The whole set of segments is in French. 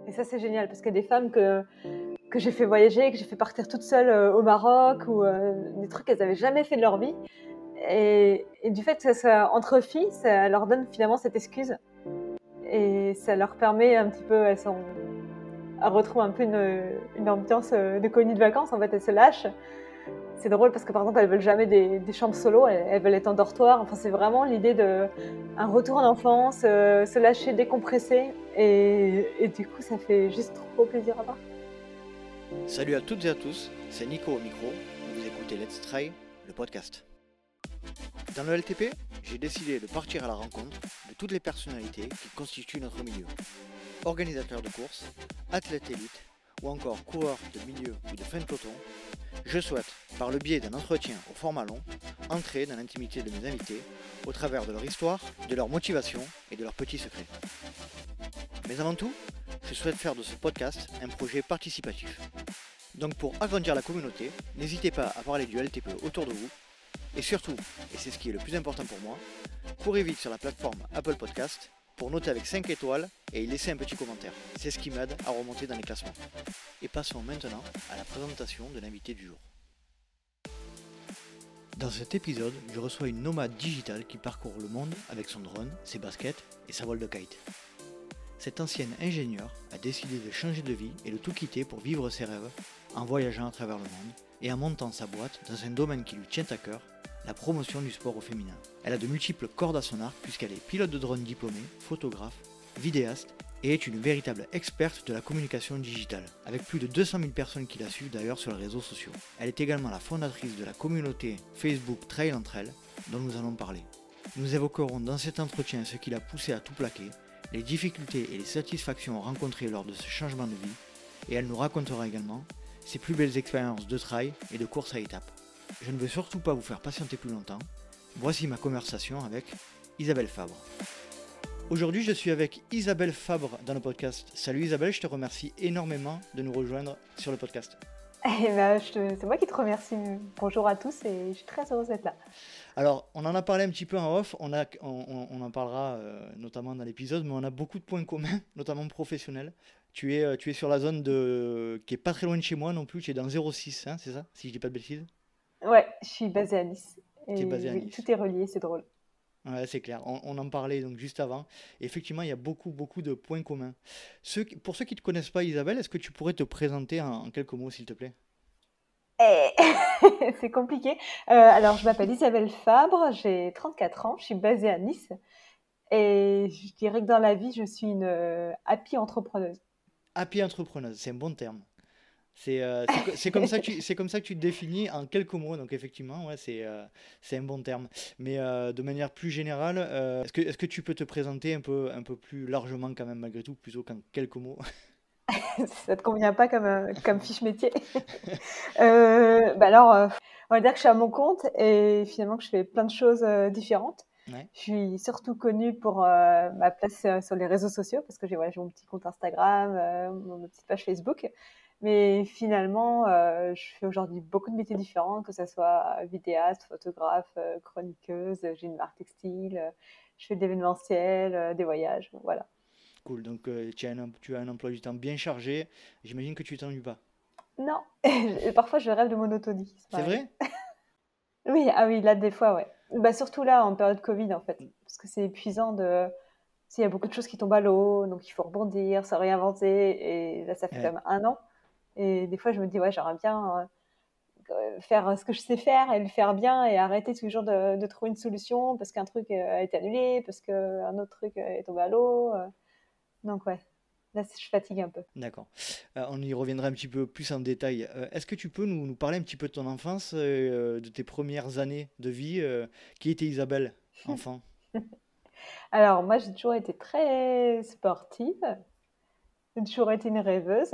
Et ça, c'est génial parce qu'il y a des femmes que j'ai fait voyager, que j'ai fait partir toute seule au Maroc ou des trucs qu'elles n'avaient jamais fait de leur vie. Et du fait que ça soit entre filles, ça leur donne finalement cette excuse. Et ça leur permet un petit peu, elles retrouvent un peu une ambiance de colonie de vacances. En fait, elles se lâchent. C'est drôle parce que par exemple, elles veulent jamais des chambres solo, elles veulent être en dortoir. Enfin, c'est vraiment l'idée d'un retour en enfance, se lâcher, décompresser. Et du coup, ça fait juste trop plaisir à voir. Salut à toutes et à tous, c'est Nico au micro, et vous écoutez Let's Try, le podcast. Dans le LTP, j'ai décidé de partir à la rencontre de toutes les personnalités qui constituent notre milieu. Organisateurs de courses, athlètes élites ou encore coureurs de milieu ou de fin de peloton, je souhaite, par le biais d'un entretien au format long, entrer dans l'intimité de mes invités au travers de leur histoire, de leur motivation et de leurs petits secrets. Mais avant tout, je souhaite faire de ce podcast un projet participatif. Donc pour agrandir la communauté, n'hésitez pas à parler du LTP autour de vous. Et surtout, et c'est ce qui est le plus important pour moi, courez vite sur la plateforme Apple Podcast pour noter avec 5 étoiles et y laisser un petit commentaire. C'est ce qui m'aide à remonter dans les classements. Et passons maintenant à la présentation de l'invité du jour. Dans cet épisode, je reçois une nomade digitale qui parcourt le monde avec son drone, ses baskets et sa voile de kite. Cette ancienne ingénieure a décidé de changer de vie et de tout quitter pour vivre ses rêves en voyageant à travers le monde et en montant sa boîte dans un domaine qui lui tient à cœur, la promotion du sport au féminin. Elle a de multiples cordes à son arc puisqu'elle est pilote de drone diplômée, photographe, vidéaste et est une véritable experte de la communication digitale, avec plus de 200 000 personnes qui la suivent d'ailleurs sur les réseaux sociaux. Elle est également la fondatrice de la communauté Facebook Trail entre elles, dont nous allons parler. Nous évoquerons dans cet entretien ce qui l'a poussée à tout plaquer, les difficultés et les satisfactions rencontrées lors de ce changement de vie, et elle nous racontera également ses plus belles expériences de trail et de course à étapes. Je ne veux surtout pas vous faire patienter plus longtemps. Voici ma conversation avec Isabelle Fabre. Aujourd'hui, je suis avec Isabelle Fabre dans le podcast. Salut Isabelle, je te remercie énormément de nous rejoindre sur le podcast. C'est moi qui te remercie. Bonjour à tous et je suis très heureuse d'être là. Alors, on en a parlé un petit peu en off, on en parlera notamment dans l'épisode, mais on a beaucoup de points communs, notamment professionnels. Tu es sur la zone qui est pas très loin de chez moi non plus, tu es dans 06, hein, c'est ça, si je dis pas de bêtises? Ouais, je suis basée à Nice. Tu es Et basé à oui, Nice. tout est relié, c'est drôle. Ouais, c'est clair, on en parlait donc juste avant. Et effectivement, il y a beaucoup de points communs. Pour ceux qui ne te connaissent pas, Isabelle, est-ce que tu pourrais te présenter en quelques mots, s'il te plaît? C'est compliqué. Alors, je m'appelle Isabelle Fabre, j'ai 34 ans, je suis basée à Nice. Et je dirais que dans la vie, je suis une happy entrepreneuse. Happy entrepreneuse, c'est un bon terme. C'est comme ça que tu te définis en quelques mots, donc effectivement, ouais, c'est un bon terme. Mais de manière plus générale, est-ce que tu peux te présenter un peu plus largement quand même malgré tout, plutôt qu'en quelques mots? Ça te convient pas comme fiche métier? Alors, on va dire que je suis à mon compte et finalement que je fais plein de choses différentes. Ouais. Je suis surtout connue pour ma place sur les réseaux sociaux parce que j'ai mon petit compte Instagram, ma petite page Facebook. Mais finalement, je fais aujourd'hui beaucoup de métiers différents, que ce soit vidéaste, photographe, chroniqueuse, j'ai une marque textile, je fais de l'événementiel, des voyages, voilà. Cool, donc tu as un emploi du temps bien chargé, j'imagine que tu t'ennuies pas. Non, parfois je rêve de monotonie, ça C'est m'arrive. vrai? Oui, ah oui, là des fois, ouais. Bah, surtout là, en période Covid, en fait, parce que c'est épuisant il y a beaucoup de choses qui tombent à l'eau, donc il faut rebondir, se réinventer, et là, ça fait quand Ouais. même 1 an. Et des fois, je me dis, ouais, j'aimerais bien faire ce que je sais faire et le faire bien et arrêter toujours de trouver une solution parce qu'un truc a été annulé, parce qu'un autre truc est tombé à l'eau. Donc, ouais, là, je fatigue un peu. D'accord. On y reviendra un petit peu plus en détail. Est-ce que tu peux nous parler un petit peu de ton enfance, de tes premières années de vie? Qui était Isabelle, enfant? Alors, moi, j'ai toujours été très sportive, j'ai toujours été une rêveuse,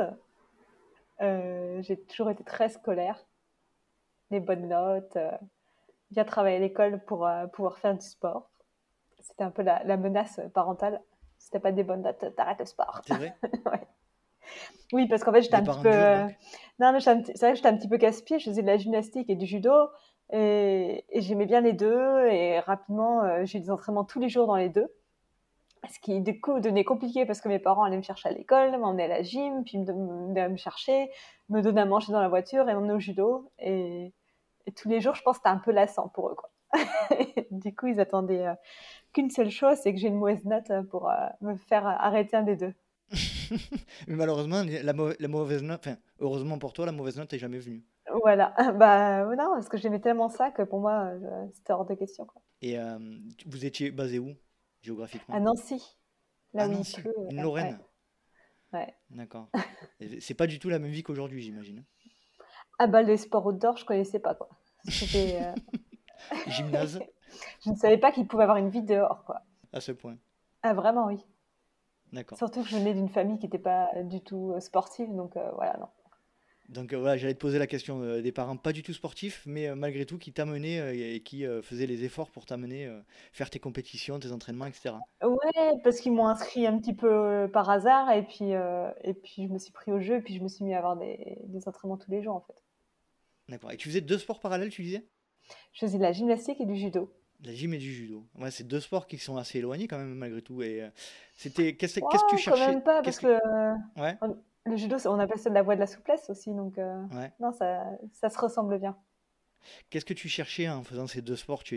j'ai toujours été très scolaire, des bonnes notes, bien travailler à l'école pour pouvoir faire du sport. C'était un peu la menace parentale. Si t'as pas des bonnes notes, t'arrêtes le sport. C'est vrai? Ouais. Oui, parce qu'en fait, j'étais Des un petit parents peu. durs, donc? Non, mais c'est vrai que j'étais un petit peu casse-pied. Je faisais de la gymnastique et du judo. Et j'aimais bien les deux. Et rapidement, j'ai eu des entraînements tous les jours dans les deux. Ce qui, du coup, devenait compliqué parce que mes parents allaient me chercher à l'école, m'emmener à la gym, puis venaient me chercher, me donner à manger dans la voiture et m'emmener au judo. Et tous les jours, je pense que c'était un peu lassant pour eux, quoi. Du coup, ils attendaient qu'une seule chose, c'est que j'ai une mauvaise note pour me faire arrêter un des deux. Mais malheureusement, la mauvaise note, enfin, heureusement pour toi, la mauvaise note n'est jamais venue. Voilà. Bah non, parce que j'aimais tellement ça que pour moi, c'était hors de question, quoi. Et vous étiez basé où, À géographiquement? Nancy, là À où il Nancy, pleut. une Ouais, Lorraine. ouais. D'accord. Et c'est pas du tout la même vie qu'aujourd'hui, j'imagine. Ah bah les sports outdoor, je connaissais pas, quoi. C'était, Gymnase, je ne savais pas qu'ils pouvaient avoir une vie dehors, quoi. à ce point. Ah vraiment, oui. D'accord. Surtout que je venais d'une famille qui n'était pas du tout sportive, donc voilà, non. Donc voilà, j'allais te poser la question des parents pas du tout sportifs, mais malgré tout qui t'amenaient et qui faisaient les efforts pour t'amener faire tes compétitions, tes entraînements, etc. Ouais, parce qu'ils m'ont inscrit un petit peu par hasard, et puis je me suis pris au jeu, et puis je me suis mis à avoir des entraînements tous les jours, en fait. D'accord. Et tu faisais deux sports parallèles, tu disais? Je faisais de la gymnastique et du judo. La gym et du judo. Ouais, c'est deux sports qui sont assez éloignés quand même malgré tout. Et qu'est-ce que tu Oh, quand cherchais? même pas, Qu'est-ce parce que que ouais, le judo, on appelle ça de la voie de la souplesse aussi, donc ouais. non, ça se ressemble bien. Qu'est-ce que tu cherchais en faisant ces deux sports?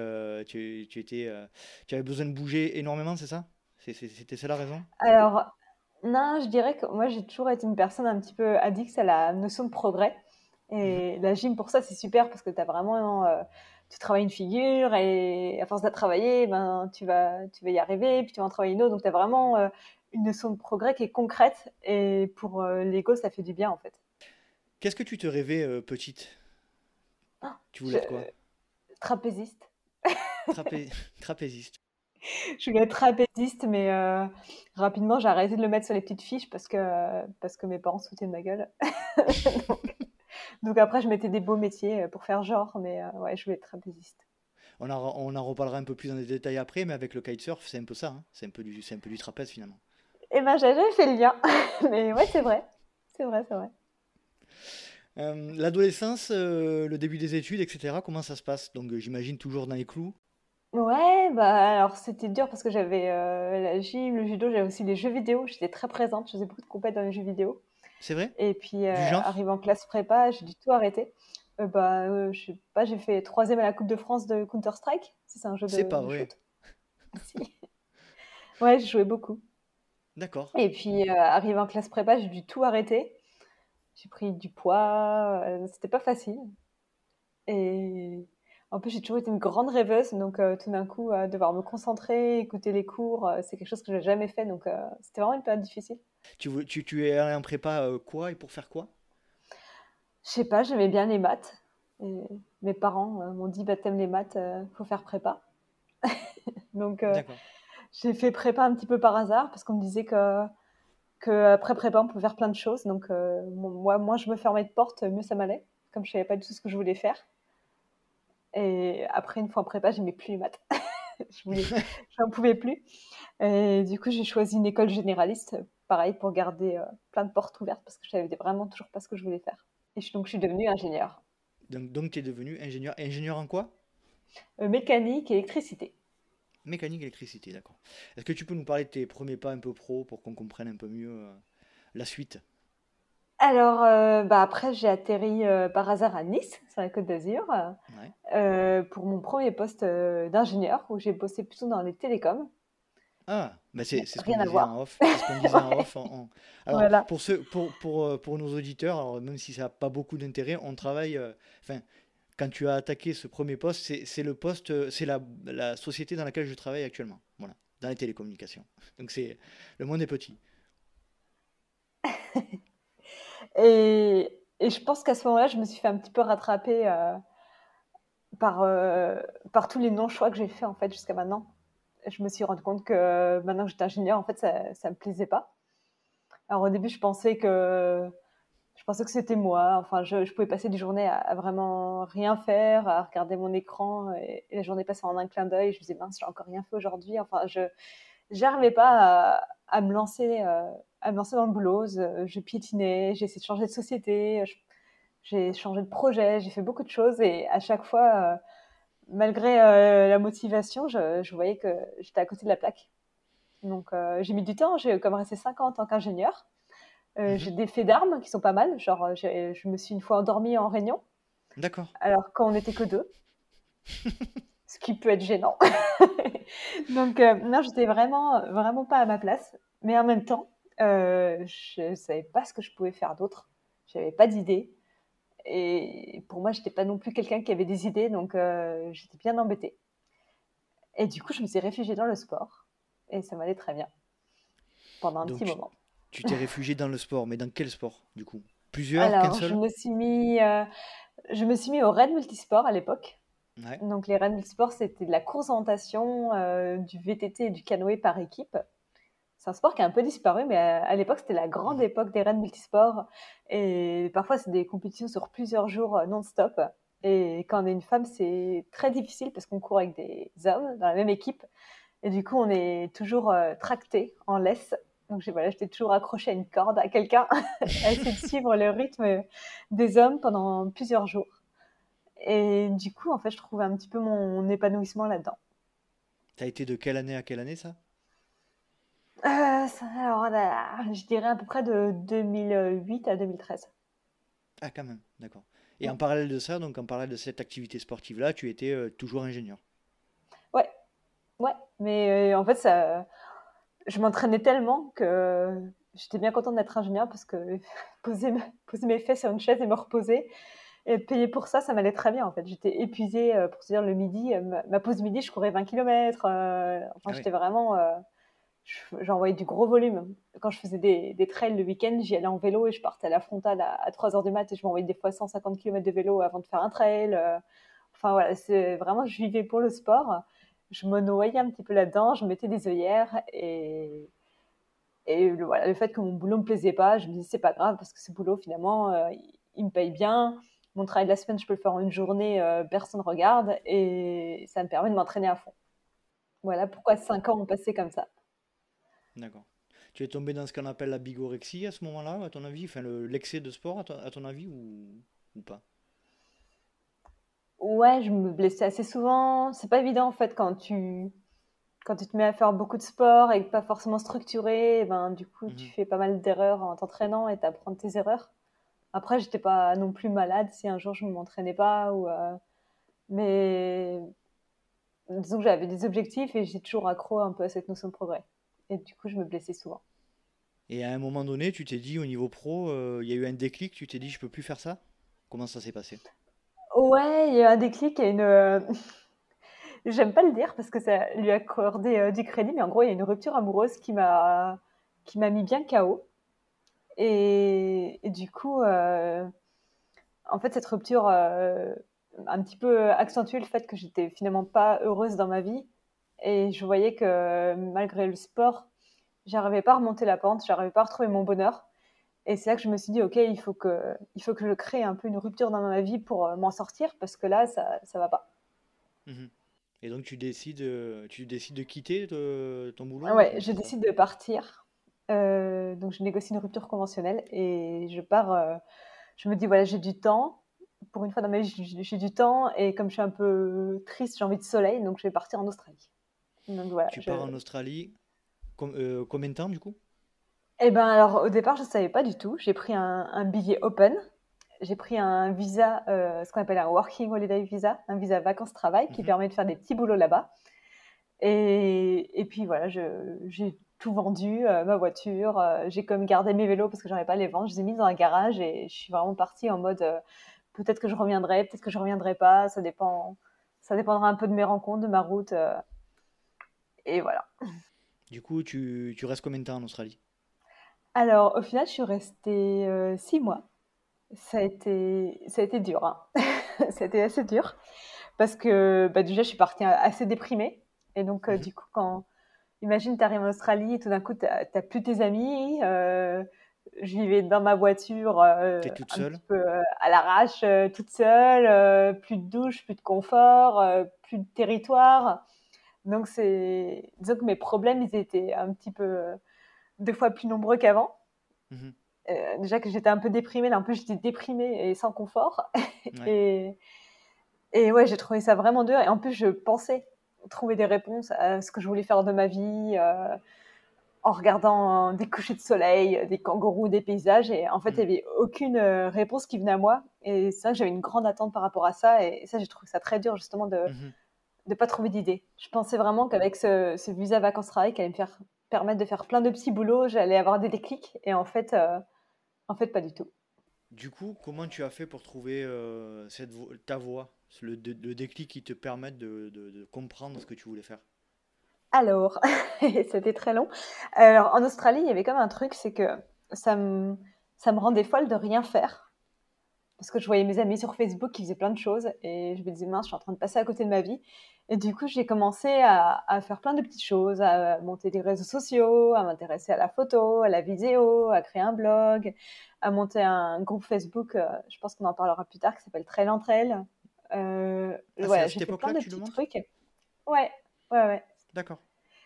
Tu avais besoin de bouger énormément, c'est ça? C'était ça la raison? Alors, non, je dirais que moi, j'ai toujours été une personne un petit peu addict à la notion de progrès. Mhm. Et la gym, pour ça, c'est super parce que tu as vraiment, tu travailles une figure et à force de la travailler, ben, tu vas y arriver, puis tu vas en travailler une autre. Donc, tu as vraiment une notion de progrès qui est concrète. Et pour l'ego, ça fait du bien, en fait. Qu'est-ce que tu te rêvais petite? Ah, Tu voulais être quoi? trapéziste. Trapé- Trapéziste. Je voulais être trapéziste, mais rapidement, j'ai arrêté de le mettre sur les petites fiches parce que mes parents se foutaient de ma gueule. Donc après, je mettais des beaux métiers pour faire genre, mais ouais, je voulais être trapéziste. On en reparlera un peu plus dans les détails après, mais avec le kitesurf, c'est un peu ça, hein. C'est un peu du trapèze finalement. Eh ben, j'avais jamais fait le lien. Mais ouais, c'est vrai. C'est vrai, c'est vrai. L'adolescence, le début des études, etc., comment ça se passe? Donc j'imagine toujours dans les clous. Ouais, bah alors c'était dur parce que j'avais la gym, le judo, j'avais aussi les jeux vidéo. J'étais très présente, je faisais beaucoup de compètes dans les jeux vidéo. C'est vrai? Et puis, Du genre? arrivée en classe prépa, j'ai dû tout arrêter. Je sais pas, j'ai fait troisième à la Coupe de France de Counter-Strike. Si c'est un jeu C'est pas de vrai. shoot. Si. Ouais, j'ai joué beaucoup. D'accord. Et puis, arrivée en classe prépa, j'ai dû tout arrêter. J'ai pris du poids, c'était pas facile. Et en plus, j'ai toujours été une grande rêveuse, donc tout d'un coup, devoir me concentrer, écouter les cours, c'est quelque chose que j'ai jamais fait, donc c'était vraiment une période difficile. Tu es allé en prépa quoi et pour faire quoi? Je sais pas, j'aimais bien les maths. Et mes parents m'ont dit, bah t'aimes les maths, faut faire prépa. Donc D'accord. j'ai fait prépa un petit peu par hasard parce qu'on me disait que après prépa on pouvait faire plein de choses. Donc moi, moins je me fermais de porte, mieux ça m'allait. Comme je savais pas du tout ce que je voulais faire. Et après une fois en prépa, j'aimais plus les maths. Je n'en pouvais plus. Et du coup, j'ai choisi une école généraliste, pareil, pour garder plein de portes ouvertes parce que je savais vraiment toujours pas ce que je voulais faire. Donc, je suis devenue ingénieure. Donc tu es devenu ingénieur. Ingénieur en quoi? Mécanique et électricité. Mécanique, électricité, d'accord. Est-ce que tu peux nous parler de tes premiers pas un peu pro pour qu'on comprenne un peu mieux la suite? Alors, bah après, j'ai atterri par hasard à Nice, sur la Côte d'Azur, Ouais. pour mon premier poste d'ingénieur, où j'ai bossé plutôt dans les télécoms. Ah, bah c'est ce qu'on Rien à disait en voir. off. C'est ce qu'on disait en Ouais, off. Alors, voilà. pour nos auditeurs, alors, même si ça n'a pas beaucoup d'intérêt, on travaille. Enfin, quand tu as attaqué ce premier poste, c'est le poste, c'est la société dans laquelle je travaille actuellement. Voilà, dans les télécommunications. Donc le monde est petit. Et je pense qu'à ce moment-là, je me suis fait un petit peu rattraper par, par tous les non-choix que j'ai fait en fait jusqu'à maintenant. Je me suis rendu compte que maintenant que j'étais ingénieure, en fait, ça me plaisait pas. Alors au début, je pensais que c'était moi. Enfin, je pouvais passer des journées à vraiment rien faire, à regarder mon écran, et la journée passait en un clin d'œil. Je me disais mince, j'ai encore rien fait aujourd'hui. Enfin, je j'arrivais pas à me lancer, à me lancer dans le boulot. Je piétinais, j'ai essayé de changer de société, j'ai changé de projet, j'ai fait beaucoup de choses, et à chaque fois, malgré la motivation, je voyais que j'étais à côté de la plaque. Donc, j'ai mis du temps. J'ai comme resté 5 ans en tant qu'ingénieur. J'ai Mhm. des faits d'armes qui sont pas mal. Genre, je me suis une fois endormie en réunion, D'accord. alors quand on n'était que deux, ce qui peut être gênant. Donc, non, j'étais vraiment, vraiment pas à ma place. Mais en même temps, je savais pas ce que je pouvais faire d'autre. J'avais pas d'idée. Et pour moi, j'étais pas non plus quelqu'un qui avait des idées, donc j'étais bien embêtée. Et du coup, je me suis réfugiée dans le sport. Et ça m'allait très bien pendant un Donc petit moment. tu t'es réfugié dans le sport, mais dans quel sport du coup? Plusieurs? Qu'un Alors, je seul? me suis mis, au raid multisport à l'époque. Ouais. Donc, les raids multisports, c'était de la course orientation, du VTT et du canoë par équipe. C'est un sport qui a un peu disparu, mais à l'époque, c'était la grande Mhm. époque des raids multisports. Et parfois, c'est des compétitions sur plusieurs jours non-stop. Et quand on est une femme, c'est très difficile parce qu'on court avec des hommes dans la même équipe. Et du coup, on est toujours tracté en laisse. Donc, voilà, j'étais toujours accrochée à une corde, à quelqu'un, à essayer de suivre le rythme des hommes pendant plusieurs jours. Et du coup, en fait, je trouvais un petit peu mon épanouissement là-dedans. T'as été de quelle année à quelle année ça? Alors, je dirais à peu près de 2008 à 2013. Ah, quand même, d'accord. Et en parallèle de ça, donc en parallèle de cette activité sportive-là, tu étais toujours ingénieur. Ouais, ouais. Mais en fait, je m'entraînais tellement que j'étais bien contente d'être ingénieure parce que poser mes fesses sur une chaise et me reposer et être payée pour ça, ça m'allait très bien en fait. J'étais épuisée, pour te dire, le midi, ma pause midi, je courais 20 kilomètres. Enfin, Ah oui. j'étais vraiment. J'envoyais du gros volume. Quand je faisais des trails le week-end, j'y allais en vélo et je partais à la frontale à 3 heures du mat et je m'envoyais des fois 150 km de vélo avant de faire un trail. Enfin voilà, c'est vraiment, je vivais pour le sport. Je me noyais un petit peu là-dedans, je mettais des œillères et voilà, le fait que mon boulot me plaisait pas, je me disais c'est pas grave parce que ce boulot finalement, il me paye bien. Mon travail de la semaine, je peux le faire en une journée, personne ne regarde et ça me permet de m'entraîner à fond. Voilà pourquoi 5 ans ont passé comme ça. D'accord. Tu es tombé dans ce qu'on appelle la bigorexie à ce moment-là, à ton avis? Enfin, l'excès de sport, à ton avis, ou pas? Ouais, je me blessais assez souvent. C'est pas évident en fait quand tu te mets à faire beaucoup de sport et que pas forcément structuré, et ben du coup tu Mhm. fais pas mal d'erreurs en t'entraînant et t'apprends de tes erreurs. Après, j'étais pas non plus malade si un jour je ne m'entraînais pas mais disons que j'avais des objectifs et j'ai toujours accro un peu à cette notion de progrès. Et du coup, je me blessais souvent. Et à un moment donné, tu t'es dit au niveau pro, il y a eu un déclic, tu t'es dit je peux plus faire ça? Comment ça s'est passé? Ouais, il y a eu un déclic et une j'aime pas le dire parce que ça lui accorder du crédit, mais en gros, il y a une rupture amoureuse qui m'a mis bien KO. Et du coup, en fait, cette rupture un petit peu accentué le fait que j'étais finalement pas heureuse dans ma vie. Et je voyais que malgré le sport, j'arrivais pas à remonter la pente, j'arrivais pas à retrouver mon bonheur. Et c'est là que je me suis dit, ok, il faut que je crée un peu une rupture dans ma vie pour m'en sortir parce que là, ça va pas. Mhm. Et donc tu décides de quitter ton boulot? Ouais, Comment je ça se passe? décide de partir. Donc, je négocie une rupture conventionnelle et je pars. Je me dis, voilà, j'ai du temps. Pour une fois dans ma vie, j'ai du temps. Et comme je suis un peu triste, j'ai envie de soleil. Donc, je vais partir en Australie. Donc, voilà. Tu pars en Australie, combien de temps du coup? Eh ben, alors, au départ, je ne savais pas du tout. J'ai pris un billet open. J'ai pris un visa, ce qu'on appelle un Working Holiday Visa, un visa vacances-travail qui Mhm. permet de faire des petits boulots là-bas. Et puis voilà, j'ai tout vendu, ma voiture, j'ai comme gardé mes vélos parce que j'arrivais pas à les vendre. Je les ai mis dans un garage et je suis vraiment partie en mode peut-être que je reviendrai, peut-être que je reviendrai pas. Ça dépend, ça dépendra un peu de mes rencontres, de ma route. Et voilà. Du coup, tu restes combien de temps en Australie? Alors, au final, je suis restée 6 mois. Ça a été dur, hein. Ça a été assez dur parce que bah, déjà, je suis partie assez déprimée. Et donc, Mhm. du coup, imagine, tu arrives en Australie et tout d'un coup, tu n'as plus tes amis. Je vivais dans ma voiture T'es toute un seule? petit peu à l'arrache, toute seule, plus de douche, plus de confort, plus de territoire. Donc, disons que mes problèmes, ils étaient un petit peu 2 fois plus nombreux qu'avant. Mhm. Déjà que j'étais un peu déprimée, là en plus j'étais déprimée et sans confort. Ouais. et, et ouais, j'ai trouvé ça vraiment dur. Et en plus, je pensais trouver des réponses à ce que je voulais faire de ma vie. en regardant des couchers de soleil, des kangourous, des paysages. Et en fait, il n'y avait aucune réponse qui venait à moi. Et c'est vrai que j'avais une grande attente par rapport à ça. Et ça, j'ai trouvé ça très dur, justement, de ne pas trouver d'idée. Je pensais vraiment qu'avec ce visa vacances-travail, qui allait me permettre de faire plein de petits boulots, j'allais avoir des déclics. Et en fait, pas du tout. Du coup, comment tu as fait pour trouver ta voie, le déclic qui te permette de comprendre ce que tu voulais faire? Alors, c'était très long. Alors, en Australie, il y avait comme un truc, c'est que ça me, ça me rendait folle de rien faire. Parce que je voyais mes amis sur Facebook qui faisaient plein de choses et je me disais, mince, je suis en train de passer à côté de ma vie. Et du coup, j'ai commencé à faire plein de petites choses, à monter des réseaux sociaux, à m'intéresser à la photo, à la vidéo, à créer un blog, à monter un groupe Facebook, je pense qu'on en parlera plus tard, qui s'appelle Trail entre elles. Ah, c'est à Ouais, cette j'ai fait plein époque-là de que tu le petits montres? trucs. Ouais, ouais. D'accord.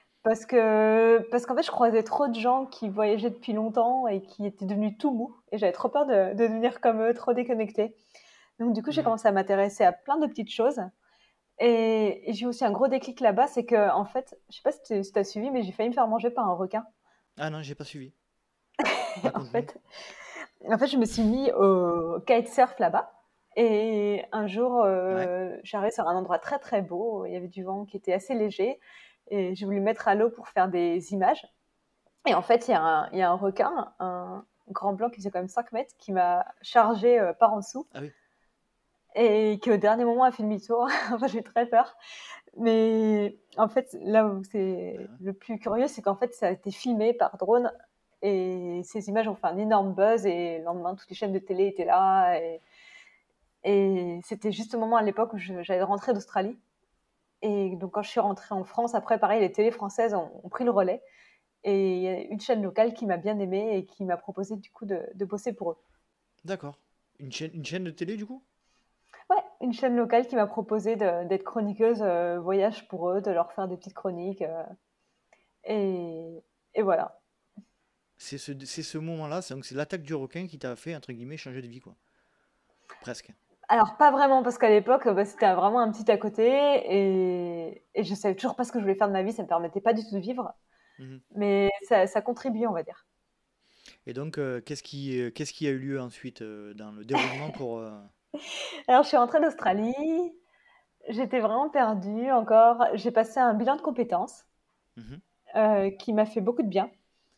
Parce qu'en fait, je croisais trop de gens qui voyageaient depuis longtemps et qui étaient devenus tout mous. Et j'avais trop peur de devenir comme eux, trop déconnectée. Donc, du coup, j'ai Mhm. commencé à m'intéresser à plein de petites choses. Et j'ai eu aussi un gros déclic là-bas, c'est que, en fait, je sais pas si tu as suivi, mais j'ai failli me faire manger par un requin. Ah non, j'ai pas suivi. en Raconte-nous. fait, en fait, je me suis mis au kitesurf là-bas. Et un jour, Ouais. j'arrive sur un endroit très très beau. Il y avait du vent qui était assez léger. Et j'ai voulu me mettre à l'eau pour faire des images. Et en fait, il y a un requin, un grand blanc qui faisait quand même 5 mètres, qui m'a chargé par en dessous Ah oui. et qui au dernier moment a fait demi-tour. Enfin, j'ai eu très peur. Mais en fait, là où Bah, c'est ouais. le plus curieux, c'est qu'en fait, ça a été filmé par drone et ces images ont fait un énorme buzz et le lendemain, toutes les chaînes de télé étaient là. Et c'était juste au moment à l'époque où j'allais rentrer d'Australie. Et donc, quand je suis rentrée en France, après, pareil, les télés françaises ont pris le relais. Et il y a une chaîne locale qui m'a bien aimée et qui m'a proposé du coup de bosser pour eux. D'accord. Une chaîne de télé, du coup? Ouais, une chaîne locale qui m'a proposé d'être chroniqueuse voyage pour eux, de leur faire des petites chroniques. Et, et voilà. C'est ce moment-là, donc c'est l'attaque du requin qui t'a fait, entre guillemets, changer de vie, quoi. Presque. Alors, pas vraiment, parce qu'à l'époque, c'était vraiment un petit à côté. Et je savais toujours pas ce que je voulais faire de ma vie. Ça me permettait pas du tout de vivre. Mhm. Mais ça contribue, on va dire. Et donc, qu'est-ce qui a eu lieu ensuite dans le déroulement pour... Alors, je suis rentrée d'Australie. J'étais vraiment perdue encore. J'ai passé un bilan de compétences Mhm. qui m'a fait beaucoup de bien.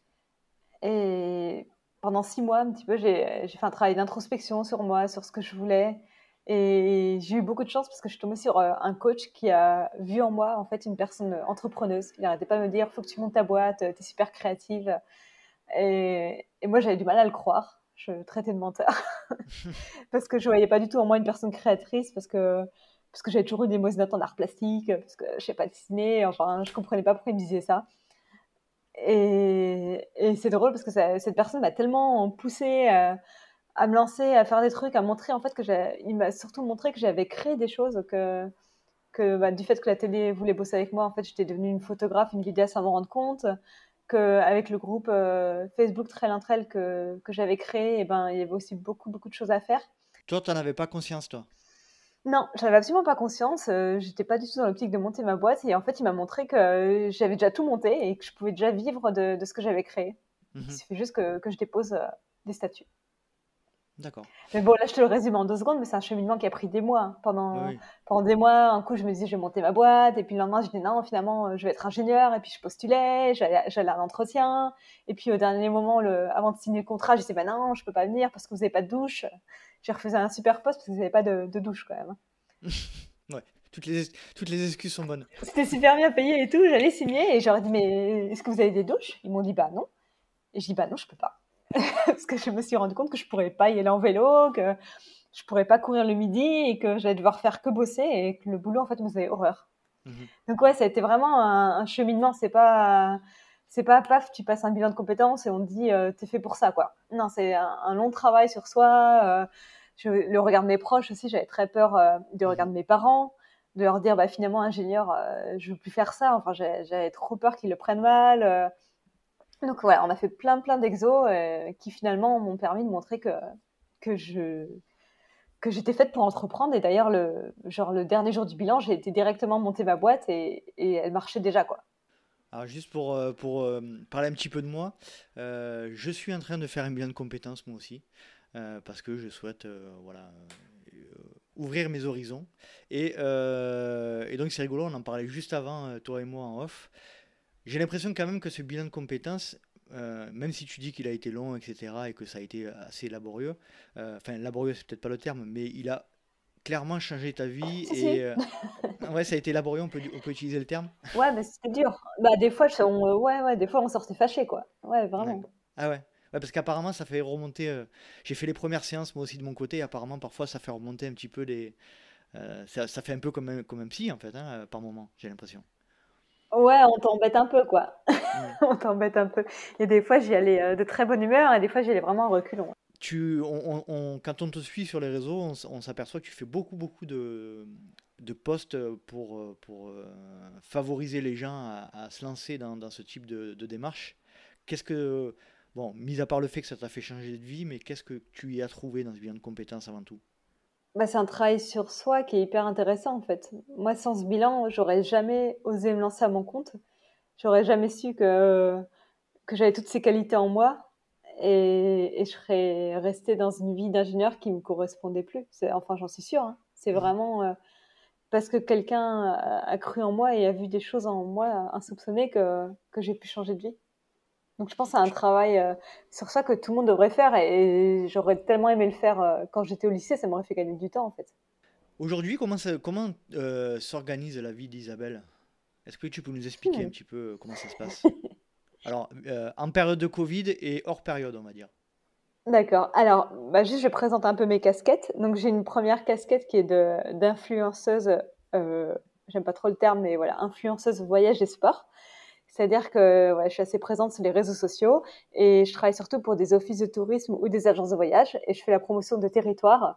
Et pendant 6 mois, un petit peu, j'ai fait un travail d'introspection sur moi, sur ce que je voulais. Et j'ai eu beaucoup de chance parce que je suis tombée sur un coach qui a vu en moi, en fait, une personne entrepreneuse. Il n'arrêtait pas de me dire, faut que tu montes ta boîte, t'es super créative. Et moi, j'avais du mal à le croire. Je le traitais de menteur parce que je voyais pas du tout en moi une personne créatrice parce que j'avais toujours eu des mauvaises notes en art plastique, parce que je sais pas dessiner. Enfin, je comprenais pas pourquoi il me disait ça. Et c'est drôle parce que cette personne m'a tellement poussée à me lancer, à faire des trucs, à montrer en fait il m'a surtout montré que j'avais créé des choses, que du fait que la télé voulait bosser avec moi, en fait, j'étais devenue une photographe, une vidéaste sans m'en rendre compte, qu'avec le groupe Facebook Trail entre elles que j'avais créé, et ben, il y avait aussi beaucoup, beaucoup de choses à faire. Toi, t'en avais pas conscience, toi. Non, j'avais absolument pas conscience, j'étais pas du tout dans l'optique de monter ma boîte et en fait, il m'a montré que j'avais déjà tout monté et que je pouvais déjà vivre de ce que j'avais créé. Il Mhm. suffit juste que je dépose des statuts. D'accord. Mais bon, là, je te le résume en 2 secondes, mais c'est un cheminement qui a pris des mois, hein. Oui, oui. Pendant des mois, un coup, je me disais, je vais monter ma boîte, et puis le lendemain, je dis non, finalement, je vais être ingénieur, et puis je postulais, j'allais à un entretien, et puis au dernier moment, avant de signer le contrat, je disais, bah non, je peux pas venir parce que vous n'avez pas de douche. J'ai refusé un super poste parce que vous n'avez pas de douche quand même. Ouais. Toutes les excuses sont bonnes. C'était super bien payé et tout, j'allais signer, et j'aurais dit, mais est-ce que vous avez des douches? Ils m'ont dit, bah non. Et je dis, bah non, je peux pas. Parce que je me suis rendu compte que je pourrais pas y aller en vélo, que je pourrais pas courir le midi et que j'allais devoir faire que bosser et que le boulot en fait me faisait horreur. Mhm. Donc ouais, ça a été vraiment un cheminement. C'est pas paf, tu passes un bilan de compétences et on te dit t'es fait pour ça quoi. Non, c'est un long travail sur soi. Le regard de mes proches aussi, j'avais très peur du regard Mhm. de mes parents, de leur dire bah finalement ingénieur, je veux plus faire ça. Enfin j'avais trop peur qu'ils le prennent mal. Donc ouais, on a fait plein d'exos qui finalement m'ont permis de montrer que je que j'étais faite pour entreprendre. Et d'ailleurs, le dernier jour du bilan, j'ai été directement monter ma boîte et elle marchait déjà, quoi. Alors juste pour parler un petit peu de moi, je suis en train de faire un bilan de compétences moi aussi, parce que je souhaite voilà, ouvrir mes horizons. Et donc c'est rigolo, on en parlait juste avant, toi et moi en off. J'ai l'impression quand même que ce bilan de compétences, même si tu dis qu'il a été long, etc., et que ça a été assez laborieux, enfin laborieux c'est peut-être pas le terme, mais il a clairement changé ta vie Si, si. ouais, ça a été laborieux, on peut utiliser le terme. Ouais, mais c'était dur. Bah, des fois, ouais, des fois, on sortait fâché, quoi. Ouais, vraiment. D'accord. Ah ouais. Ouais, parce qu'apparemment, ça fait remonter. J'ai fait les premières séances moi aussi de mon côté. Et apparemment, parfois, ça fait remonter un petit peu les. Ça fait un peu comme un psy en fait, hein, par moment, j'ai l'impression. Ouais, on t'embête un peu, quoi. Ouais. On t'embête un peu. Et des fois, j'y allais de très bonne humeur et des fois, j'y allais vraiment en reculons. Quand on te suit sur les réseaux, on s'aperçoit que tu fais beaucoup de posts pour favoriser les gens à se lancer dans ce type de démarche. Qu'est-ce que. Bon, mis à part le fait que ça t'a fait changer de vie, mais qu'est-ce que tu y as trouvé dans ce bilan de compétences avant tout? Bah, c'est un travail sur soi qui est hyper intéressant, en fait. Moi, sans ce bilan, j'aurais jamais osé me lancer à mon compte. J'aurais jamais su que j'avais toutes ces qualités en moi et je serais restée dans une vie d'ingénieur qui me correspondait plus. Enfin, j'en suis sûre, hein. C'est Mhm. vraiment parce que quelqu'un a cru en moi et a vu des choses en moi insoupçonnées que j'ai pu changer de vie. Donc, je pense que c'est un travail sur ça que tout le monde devrait faire et j'aurais tellement aimé le faire quand j'étais au lycée, ça m'aurait fait gagner du temps en fait. Aujourd'hui, comment s'organise la vie d'Isabelle? Est-ce que tu peux nous expliquer un Hmm. petit peu comment ça se passe? Alors, en période de Covid et hors période, on va dire. D'accord. Alors, bah, juste, je présente un peu mes casquettes. Donc, j'ai une première casquette qui est d'influenceuse. euh, J'aime pas trop le terme, mais voilà, influenceuse voyage et sport. C'est-à-dire que ouais, je suis assez présente sur les réseaux sociaux et je travaille surtout pour des offices de tourisme ou des agences de voyage et je fais la promotion de territoire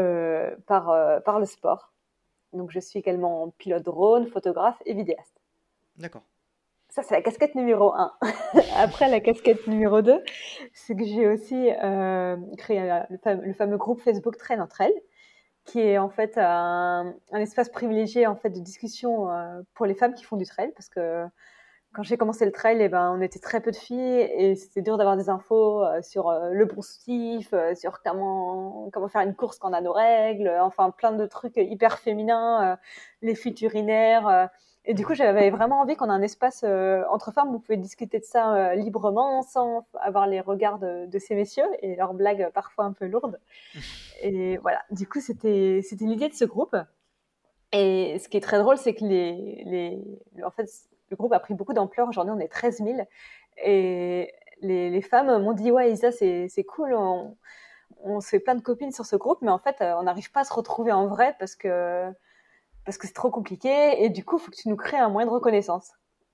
par le sport. Donc, je suis également pilote drone, photographe et vidéaste. D'accord. Ça, c'est la casquette numéro un. Après, la casquette numéro 2, c'est que j'ai aussi créé le fameux groupe Facebook Trail entre elles, qui est en fait un espace privilégié en fait de discussion pour les femmes qui font du trail, parce que quand j'ai commencé le trail, eh ben, on était très peu de filles et c'était dur d'avoir des infos sur le broussif, sur comment faire une course quand on a nos règles, enfin plein de trucs hyper féminins, les fuites urinaires. Et du coup, Mhm. j'avais vraiment envie qu'on ait un espace entre femmes où on pouvait discuter de ça librement, sans avoir les regards de ces messieurs et leurs blagues parfois un peu lourdes. Et voilà, du coup, c'était l'idée de ce groupe. Et ce qui est très drôle, c'est que en fait, le groupe a pris beaucoup d'ampleur. Aujourd'hui, on est 13 000. Et les femmes m'ont dit, ouais, Isa, c'est cool, on se fait plein de copines sur ce groupe, mais en fait, on n'arrive pas à se retrouver en vrai parce que c'est trop compliqué. Et du coup, il faut que tu nous crées un moyen de reconnaissance.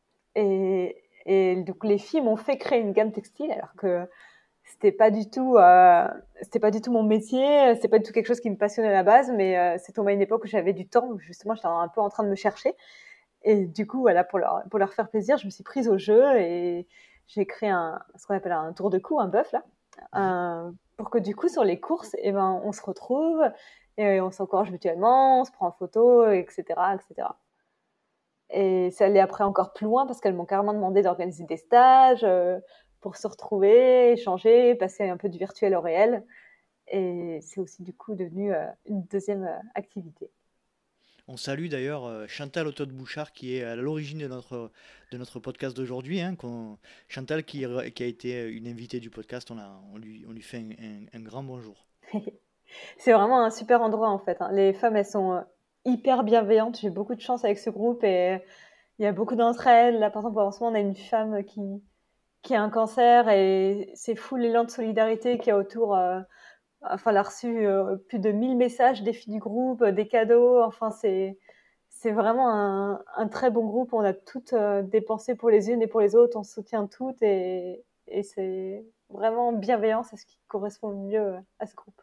Et donc, les filles m'ont fait créer une gamme textile, alors que c'était pas du tout, c'était pas du tout mon métier, c'était pas du tout quelque chose qui me passionnait à la base, mais c'est tombé à une époque où j'avais du temps, où justement j'étais un peu en train de me chercher. Et du coup, voilà, pour leur faire plaisir, je me suis prise au jeu et j'ai créé ce qu'on appelle un tour de cou, un bœuf là, Mhm. pour que du coup sur les courses, eh ben, on se retrouve et on s'encourage mutuellement, on se prend en photo, etc., etc. Et ça allait après encore plus loin parce qu'elles m'ont carrément demandé d'organiser des stages pour se retrouver, échanger, passer un peu du virtuel au réel. Et c'est aussi du coup devenu une deuxième activité. On salue d'ailleurs Chantal Autot-Bouchard qui est à l'origine de notre podcast d'aujourd'hui, hein, Chantal qui a été une invitée du podcast, on lui fait un grand bonjour. C'est vraiment un super endroit en fait, hein. Les femmes, elles sont hyper bienveillantes. J'ai beaucoup de chance avec ce groupe et il y a beaucoup d'entraide. Là, par exemple, en ce moment, on a une femme qui a un cancer et c'est fou l'élan de solidarité qu'il y a autour. Enfin, elle a reçu plus de 1000 messages des filles du groupe, des cadeaux. Enfin, c'est vraiment un très bon groupe. On a toutes des pensées pour les unes et pour les autres. On se soutient toutes et c'est vraiment bienveillant. C'est ce qui correspond le mieux à ce groupe.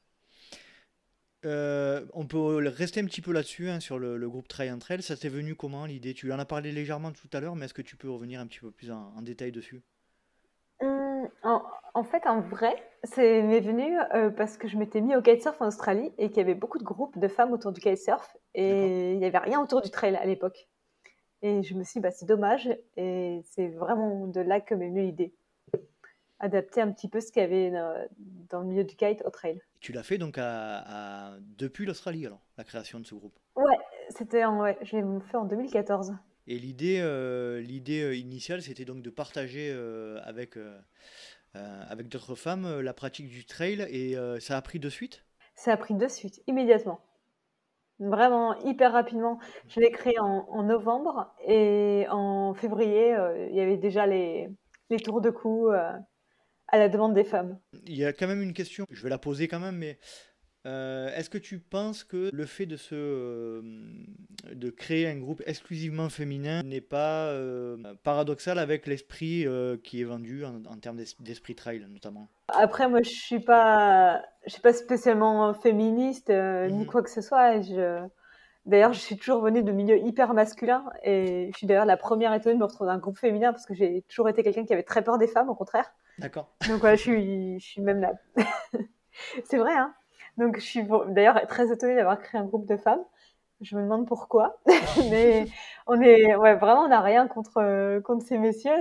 On peut rester un petit peu là-dessus, hein, sur le groupe Try Entre Elles. Ça t'est venu comment l'idée? Tu en as parlé légèrement tout à l'heure, mais est-ce que tu peux revenir un petit peu plus en détail dessus? En fait, en vrai, c'est m'est venu parce que je m'étais mis au kitesurf en Australie et qu'il y avait beaucoup de groupes de femmes autour du kitesurf D'accord? et il n'y avait rien autour du trail à l'époque. Et je me suis dit, bah, c'est dommage. Et c'est vraiment de là que m'est venue l'idée. Adapter un petit peu ce qu'il y avait dans le milieu du kite au trail. Tu l'as fait donc depuis l'Australie, alors, la création de ce groupe. Ouais, ouais, je l'ai fait en 2014. Et l'idée initiale, c'était donc de partager avec d'autres femmes la pratique du trail et ça a pris de suite? Ça a pris de suite, immédiatement. Vraiment hyper rapidement. Je l'ai créé en novembre et en février, il y avait déjà les tours de cou à la demande des femmes. Il y a quand même une question, je vais la poser quand même, mais est-ce que tu penses que le fait de créer un groupe exclusivement féminin n'est pas paradoxal avec l'esprit qui est vendu en termes d'esprit trail notamment? Après, moi, je suis pas spécialement féministe ni Mhm. quoi que ce soit. D'ailleurs, je suis toujours venue de milieux hyper masculins et je suis d'ailleurs la première étonnée de me retrouver dans un groupe féminin parce que j'ai toujours été quelqu'un qui avait très peur des femmes, au contraire. D'accord. Donc voilà, je suis même là. C'est vrai, hein. Donc je suis d'ailleurs très étonnée d'avoir créé un groupe de femmes. Je me demande pourquoi, mais ouais, vraiment, on n'a rien contre ces messieurs.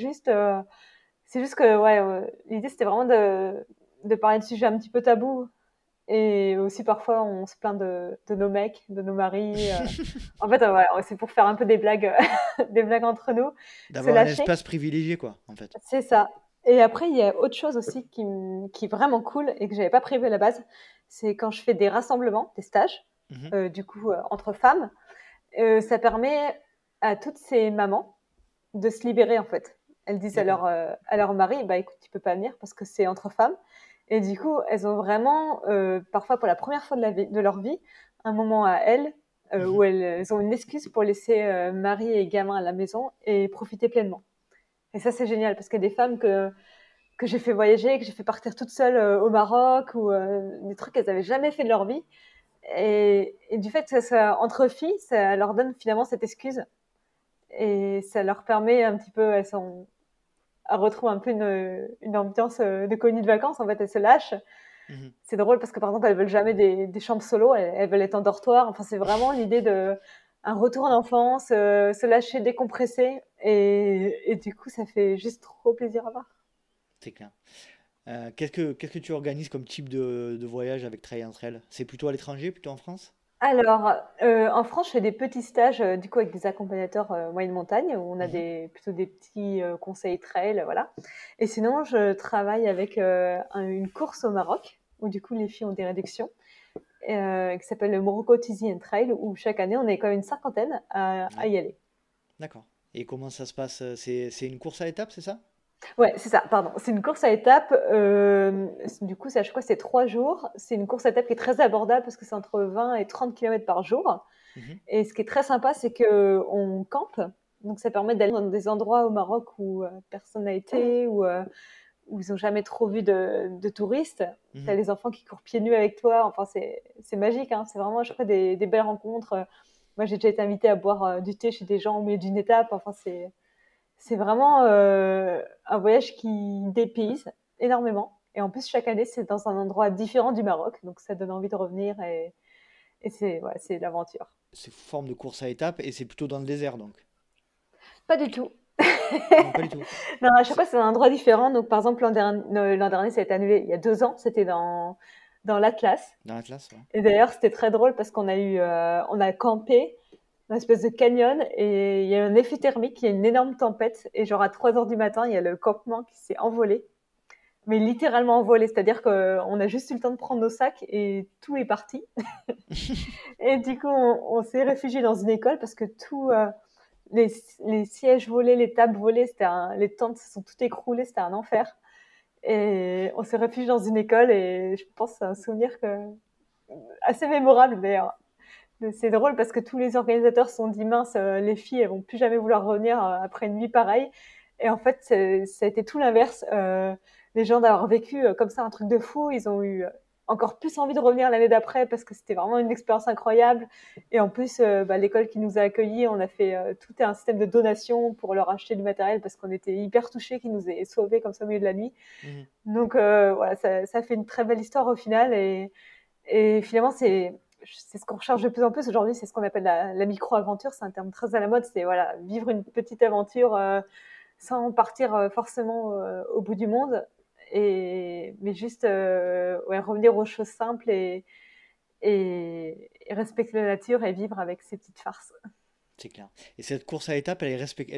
C'est juste que, ouais, l'idée c'était vraiment de parler de sujets un petit peu tabous. Et aussi parfois on se plaint de nos mecs, de nos maris. En fait, ouais, c'est pour faire un peu des blagues, des blagues entre nous, se D'avoir un lâcher. espace privilégié, quoi, en fait. C'est ça. Et après, il y a autre chose aussi qui est vraiment cool et que j'avais pas prévu à la base, c'est quand je fais des rassemblements, des stages, Mhm. du coup, entre femmes, ça permet à toutes ces mamans de se libérer, en fait. Elles disent D'accord. à leur mari, bah écoute, tu peux pas venir parce que c'est entre femmes. Et du coup, elles ont vraiment, parfois pour la première fois de leur vie, un moment à elles, Mhm. où elles ont une excuse pour laisser mari et gamin à la maison et profiter pleinement. Et ça, c'est génial parce qu'il y a des femmes que j'ai fait voyager, que j'ai fait partir toute seule au Maroc ou des trucs qu'elles n'avaient jamais fait de leur vie. Et du fait que ça soit entre filles, ça leur donne finalement cette excuse et ça leur permet un petit peu, elles retrouvent un peu une ambiance de colonie de vacances. En fait, elles se lâchent. Mhm. C'est drôle parce que par exemple, elles veulent jamais des chambres solo, elles veulent être en dortoir. Enfin, c'est vraiment l'idée de un retour en enfance, se lâcher, décompresser. Et du coup, ça fait juste trop plaisir à voir. C'est clair. Qu'est-ce que tu organises comme type de voyage avec Trail entre elles? C'est plutôt à l'étranger, plutôt en France? Alors, en France, je fais des petits stages, du coup, avec des accompagnateurs, moyenne montagne, où on a Mhm. plutôt des petits, conseils trail, voilà. Et sinon, je travaille avec, une course au Maroc, où du coup, les filles ont des réductions, qui s'appelle le Morocco Tizi and Trail, où chaque année, on est quand même une cinquantaine à Ouais, y aller. d'accord. Et comment ça se passe? C'est une course à étapes, c'est ça? Ouais, c'est ça, pardon. C'est une course à étapes, du coup, ça, je crois que c'est 3 jours. C'est une course à étapes qui est très abordable parce que c'est entre 20 et 30 kilomètres par jour. Mhm. Et ce qui est très sympa, c'est qu'on campe. Donc, ça permet d'aller dans des endroits au Maroc où personne n'a été, où ils n'ont jamais trop vu de touristes. Tu as Mhm. les enfants qui courent pieds nus avec toi. Enfin, c'est magique. Hein. C'est vraiment, je crois, des belles rencontres. Moi, j'ai déjà été invitée à boire du thé chez des gens au milieu d'une étape. Enfin, c'est vraiment un voyage qui dépayse énormément. Et en plus, chaque année, c'est dans un endroit différent du Maroc. Donc, ça donne envie de revenir et c'est l'aventure. C'est sous forme de course à étapes et c'est plutôt dans le désert, donc. Pas du tout. Non, pas du tout. Non, à chaque C'est fois, c'est un endroit différent. Donc, par exemple, l'an dernier, ça a été annulé il y a 2 ans. C'était dans l'Atlas. dans l'Atlas, ouais. Et d'ailleurs, c'était très drôle parce on a campé dans une espèce de canyon et il y a eu un effet thermique, il y a une énorme tempête. Et genre, à 3 heures du matin, il y a le campement qui s'est envolé. Mais littéralement envolé. C'est-à-dire qu'on a juste eu le temps de prendre nos sacs et tout est parti. Et du coup, on s'est réfugié dans une école parce que les, les sièges volés, les tables volées, les tentes se sont toutes écroulées, c'était un enfer. Et on s'est réfugié dans une école et je pense que c'est un souvenir assez mémorable d'ailleurs. C'est drôle parce que tous les organisateurs se sont dit mince, les filles elles vont plus jamais vouloir revenir après une nuit pareille. Et en fait, ça a été tout l'inverse. Les gens d'avoir vécu comme ça un truc de fou, ils ont eu encore plus envie de revenir l'année d'après parce que c'était vraiment une expérience incroyable. Et en plus, l'école qui nous a accueillis, on a fait tout un système de donation pour leur acheter du matériel parce qu'on était hyper touchés qu'ils nous aient sauvés comme ça au milieu de la nuit. Donc voilà, ça fait une très belle histoire au final et finalement c'est ce qu'on recherche de plus en plus aujourd'hui, c'est ce qu'on appelle la micro-aventure, c'est un terme très à la mode, c'est voilà, vivre une petite aventure sans partir forcément au bout du monde, mais juste ouais, revenir aux choses simples et respecter la nature et vivre avec ces petites farces. C'est clair. Et cette course à étapes,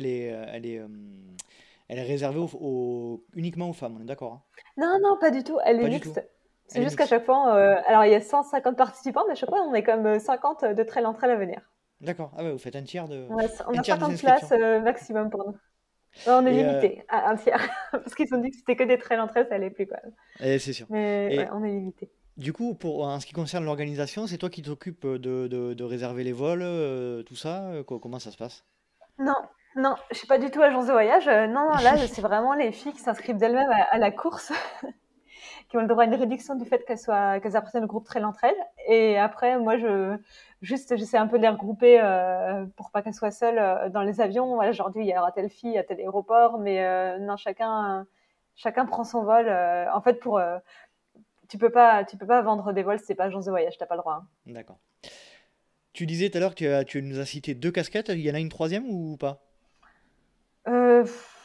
elle est réservée uniquement aux femmes, on est d'accord, hein? Non, non, pas du tout, elle est Pas du tout. mixte. Elle C'est est juste qu'à mixte. chaque fois, alors il y a 150 participants, mais à chaque fois, on est comme 50 de trail entre elles à venir. D'accord. Ah ouais, vous faites On un a tiers des 50 places inscriptions. maximum pour nous. Ouais, on est Et, limité à un tiers, parce qu'ils ont dit que c'était que des trails entre elles, ça allait plus quoi. c'est sûr. Mais ouais, Et on est limité. du coup, en ce qui concerne l'organisation, c'est toi qui t'occupes de réserver les vols, tout ça? Comment ça se passe? Non, non, je suis pas du tout agence de voyage. Non, non, là, c'est vraiment les filles qui s'inscrivent d'elles-mêmes à la course, qui ont le droit à une réduction du fait qu'elles appartiennent au groupe Trail entre elles. Et après, moi, j'essaie un peu de les regrouper pour pas qu'elles soient seules dans les avions. Voilà, aujourd'hui, il y aura telle fille à tel aéroport, mais non, chacun prend son vol. En fait, tu peux pas vendre des vols si c'est pas agence de voyage, t'as pas le droit, hein. D'accord. Tu disais tout à l'heure que tu nous as cité deux casquettes, il y en a une troisième ou pas? Euh,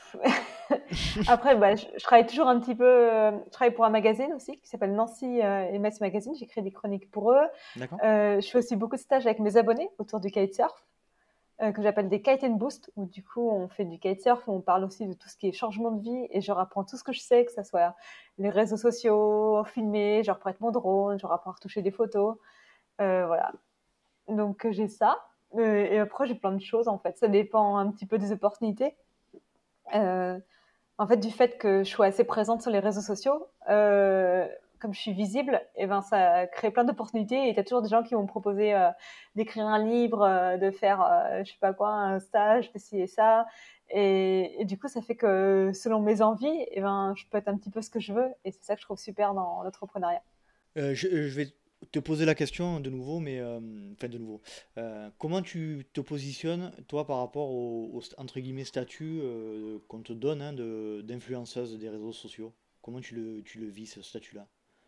Après, bah, je travaille toujours un petit peu. Je travaille pour un magazine aussi qui s'appelle Nancy et Metz Magazine. J'écris des chroniques pour eux. D'accord? Je fais aussi beaucoup de stages avec mes abonnés autour du kitesurf, que j'appelle des Kite and Boost, où du coup on fait du kitesurf, où on parle aussi de tout ce qui est changement de vie, et je leur apprends tout ce que je sais, que ce soit les réseaux sociaux, filmer, je leur prête mon drone, je leur apprends à retoucher des photos. Voilà. Donc j'ai ça. Et après, j'ai plein de choses en fait. Ça dépend un petit peu des opportunités. Euh, En fait, du fait que je sois assez présente sur les réseaux sociaux, comme je suis visible, et ben ça crée plein d'opportunités. Et tu as toujours des gens qui vont me proposer d'écrire un livre, de faire, je sais pas quoi, un stage, d'essayer ça. Et du coup, ça fait que selon mes envies, et ben, je peux être un petit peu ce que je veux. Et c'est ça que je trouve super dans l'entrepreneuriat. Je vais te poser la question de nouveau, mais enfin de nouveau. Comment tu te positionnes, toi, par rapport entre guillemets statut qu'on te donne, hein, d'influenceuse des réseaux sociaux? Comment tu le vis, ce statut-là?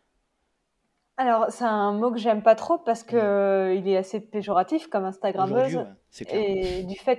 Alors, c'est un mot que j'aime pas trop parce que Hmm. il est assez péjoratif comme Aujourd'hui, Instagrammeuse. ouais, c'est clair. Et du fait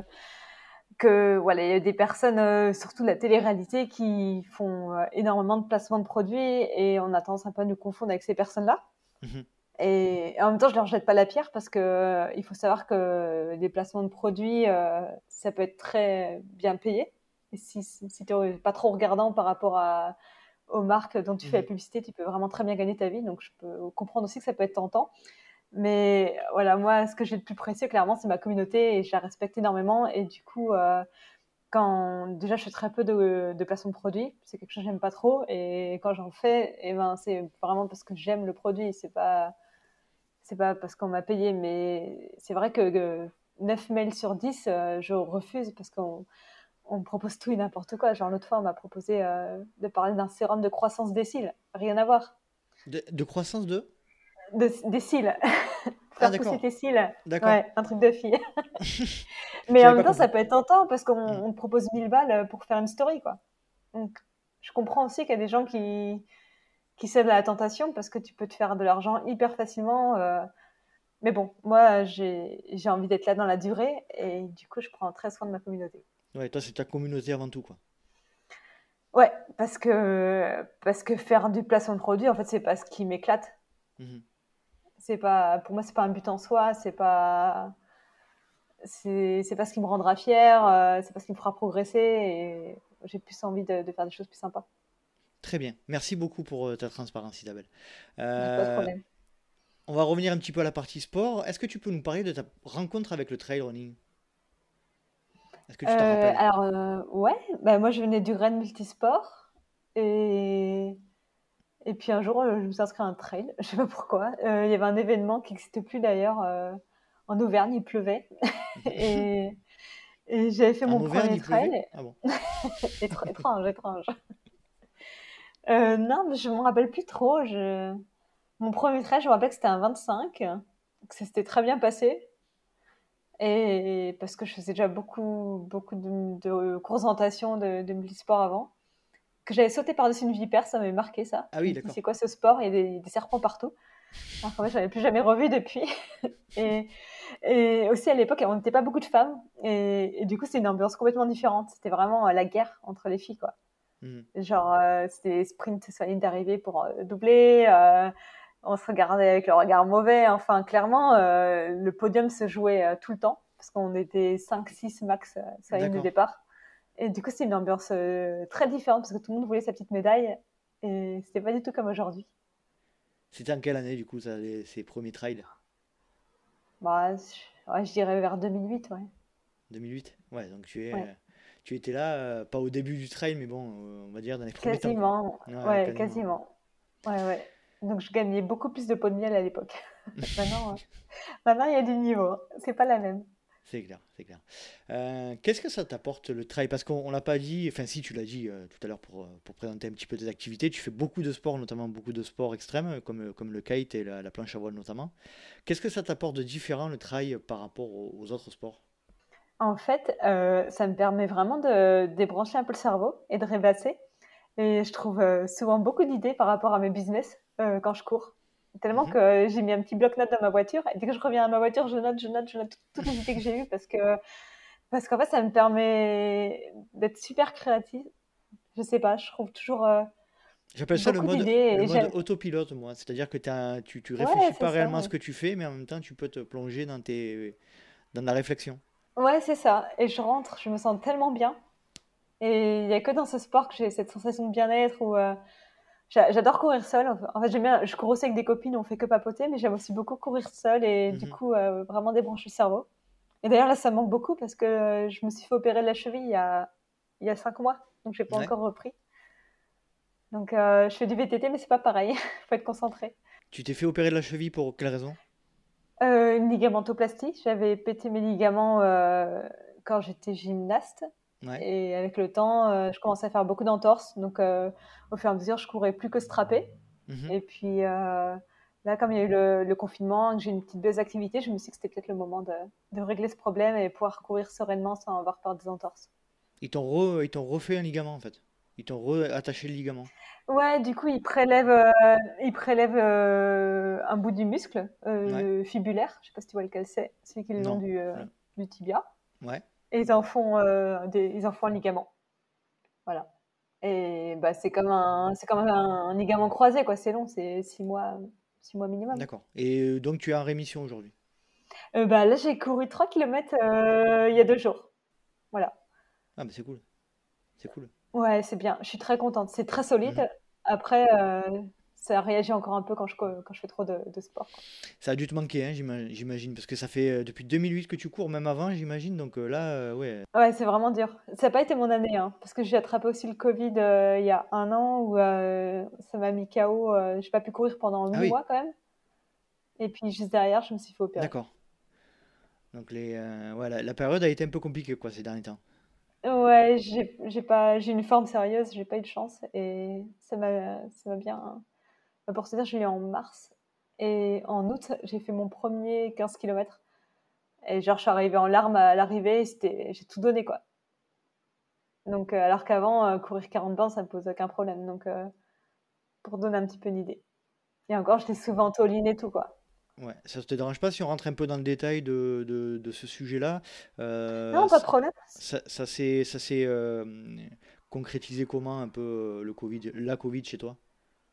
que voilà, il y a des personnes, surtout de la télé-réalité, qui font énormément de placements de produits et on a tendance un peu à nous confondre avec ces personnes-là. Mhm. Et en même temps, je leur jette pas la pierre parce que il faut savoir que les placements de produits, ça peut être très bien payé. Et si tu n'es pas trop regardant par rapport aux marques dont tu fais la Mhm. publicité, tu peux vraiment très bien gagner ta vie. Donc, je peux comprendre aussi que ça peut être tentant. Mais voilà, moi, ce que j'ai de plus précieux, clairement, c'est ma communauté et je la respecte énormément. Et du coup, quand déjà je fais très peu de placements de produits, c'est quelque chose que j'aime pas trop. Et quand j'en fais, eh ben, c'est vraiment parce que j'aime le produit. C'est pas parce qu'on m'a payé. Mais c'est vrai que 9 mails sur 10, je refuse parce qu'on me propose tout et n'importe quoi. Genre l'autre fois, on m'a proposé de parler d'un sérum de croissance des cils. Rien à voir. De croissance de? Des cils. Ah, Faire pousser d'accord, tes cils. d'accord. Ouais, un truc de fille. Mais en J'avais même pas temps, ça compris. peut être tentant parce qu'on Hmm. on te propose 1000 balles pour faire une story, quoi. Donc, je comprends aussi qu'il y a des gens qui cèdent à la tentation parce que tu peux te faire de l'argent hyper facilement. Mais bon, moi, j'ai envie d'être là dans la durée et du coup, je prends très soin de ma communauté. Ouais, toi, c'est ta communauté avant tout, quoi. Ouais, parce que faire du placement de produit, en fait, c'est pas ce qui m'éclate. Mhm. C'est pas, pour moi, c'est pas un but en soi. C'est pas ce qui me rendra fière. C'est pas ce qui me fera progresser. Et j'ai plus envie de faire des choses plus sympas. Très bien. Merci beaucoup pour ta transparence, Isabelle. Pas de Euh, problème. on va revenir un petit peu à la partie sport. Est-ce que tu peux nous parler de ta rencontre avec le trail running? Est-ce que tu t'en rappelles? Alors, ouais, bah, moi, je venais du Rennes Multisport et et puis un jour, je me suis inscrite à un trail, je sais pas pourquoi. Il y avait un événement qui n'existe plus d'ailleurs, en Auvergne, il pleuvait et et j'avais fait En mon Auvergne, premier il pleuvait? trail. Ah bon. Étrange, étrange. Non, mais je m'en rappelle plus trop. Mon premier trail, je me rappelle que c'était un 25, que ça s'était très bien passé et parce que je faisais déjà beaucoup beaucoup de courses en natation, de multisport avant. Que j'avais sauté par-dessus une vipère, ça m'avait marqué ça. Ah Je oui, me dis, d'accord. c'est quoi ce sport? Il y a des serpents partout. Alors qu'en fait, je l'avais plus jamais revu depuis. Et, et aussi à l'époque, on n'était pas beaucoup de femmes. Et du coup, c'est une ambiance complètement différente. C'était vraiment la guerre entre les filles, quoi. Mhm. Genre, c'était sprint sur la ligne d'arrivée pour doubler. On se regardait avec le regard mauvais. Enfin, clairement, le podium se jouait tout le temps. Parce qu'on était 5, 6 max sur la ligne de D'accord. départ. Et du coup, c'est une ambiance très différente parce que tout le monde voulait sa petite médaille. Et c'était pas du tout comme aujourd'hui. C'était en quelle année, du coup, ces premiers trails? Bah, ouais, je dirais vers 2008, ouais. 2008? Ouais, donc Ouais, tu étais là, pas au début du trail, mais bon, on va dire dans les premiers temps, quoi. quasiment. Ouais, Ouais, quasiment. quasiment. Ouais, ouais. Donc, je gagnais beaucoup plus de pots de miel à l'époque. Maintenant, maintenant, il y a du niveau. C'est pas la même. C'est clair, c'est clair. Qu'est-ce que ça t'apporte le trail? Parce qu'on l'a pas dit, enfin si tu l'as dit tout à l'heure pour présenter un petit peu tes activités, tu fais beaucoup de sports, notamment beaucoup de sports extrêmes, comme le kite et la planche à voile notamment. Qu'est-ce que ça t'apporte de différent le trail par rapport aux autres sports? En fait, ça me permet vraiment de débrancher un peu le cerveau et de rêvasser. Et je trouve souvent beaucoup d'idées par rapport à mes business quand je cours. Tellement Mhm. que j'ai mis un petit bloc-notes dans ma voiture. Et dès que je reviens à ma voiture, je note toutes les idées que j'ai eues parce qu'en fait, ça me permet d'être super créative. Je sais pas, je trouve toujours J'appelle ça beaucoup d'idées le et mode j'aime. autopilote, moi. C'est-à-dire que tu Ouais, réfléchis c'est pas ça. réellement à ce Ouais, que tu fais, mais en même temps, tu peux te plonger dans la réflexion. ouais, c'est ça. Et je rentre, je me sens tellement bien. Et il y a que dans ce sport que j'ai cette sensation de bien-être où j'adore courir seule. En fait, j'aime bien. Je cours aussi avec des copines, on fait que papoter, mais j'aime aussi beaucoup courir seule et du Mhm. coup vraiment débrancher le cerveau. Et d'ailleurs là, ça me manque beaucoup parce que je me suis fait opérer de la cheville il y a 5 mois, donc j'ai pas Ouais. encore repris. Donc je fais du VTT, mais c'est pas pareil. Faut être concentré. Tu t'es fait opérer de la cheville pour quelle raison? Une ligamentoplastie. J'avais pété mes ligaments quand j'étais gymnaste. Ouais. Et avec le temps, je commençais à faire beaucoup d'entorses. Donc, au fur et à mesure, je courais plus que strappée. Mhm. Et puis, là, comme il y a eu le confinement, que j'ai une petite baisse d'activité, je me suis dit que c'était peut-être le moment de régler ce problème et pouvoir courir sereinement sans avoir peur des entorses. Ils t'ont refait un ligament en fait. Ils t'ont attaché le ligament. Ouais, du coup, il prélève un bout du muscle Ouais. fibulaire. Je sais pas si tu vois lequel c'est. Celui qui est le long Non. Voilà. du tibia. Ouais. Et ils en font un ligament. Voilà. Et bah, c'est comme un ligament croisé, quoi. C'est long, c'est 6 mois minimum. D'accord. Et donc tu es en rémission aujourd'hui. Bah, là, j'ai couru 3 kilomètres il y a 2 jours. Voilà. Ah, mais c'est cool. C'est cool. Ouais, c'est bien. Je suis très contente. C'est très Mhm. solide. Après, ça réagit encore un peu quand je fais trop de sport, quoi. Ça a dû te manquer, hein, j'imagine, parce que ça fait depuis 2008 que tu cours, même avant, j'imagine. Donc là, ouais. Ouais, c'est vraiment dur. Ça n'a pas été mon année, hein, parce que j'ai attrapé aussi le Covid il y a un an où ça m'a mis KO. J'ai pas pu courir pendant Ah 8 oui, mois quand même. Et puis juste derrière, je me suis fait opérer. d'accord. Donc ouais, la période a été un peu compliquée quoi ces derniers temps. Ouais, j'ai une forme sérieuse, j'ai pas eu de chance et ça m'a bien. Bah, pour te dire, je l'ai eu en mars et en août, j'ai fait mon premier 15 kilomètres et genre je suis arrivée en larmes à l'arrivée, et j'ai tout donné quoi. Donc alors qu'avant courir 40 bornes, ça me pose aucun problème. Donc pour donner un petit peu une idée. Et encore, j'étais souvent en tauline et tout quoi. Ouais, ça te dérange pas si on rentre un peu dans le détail de ce sujet-là? Non, pas de problème. Ça s'est concrétisé comment un peu le Covid, la Covid chez toi?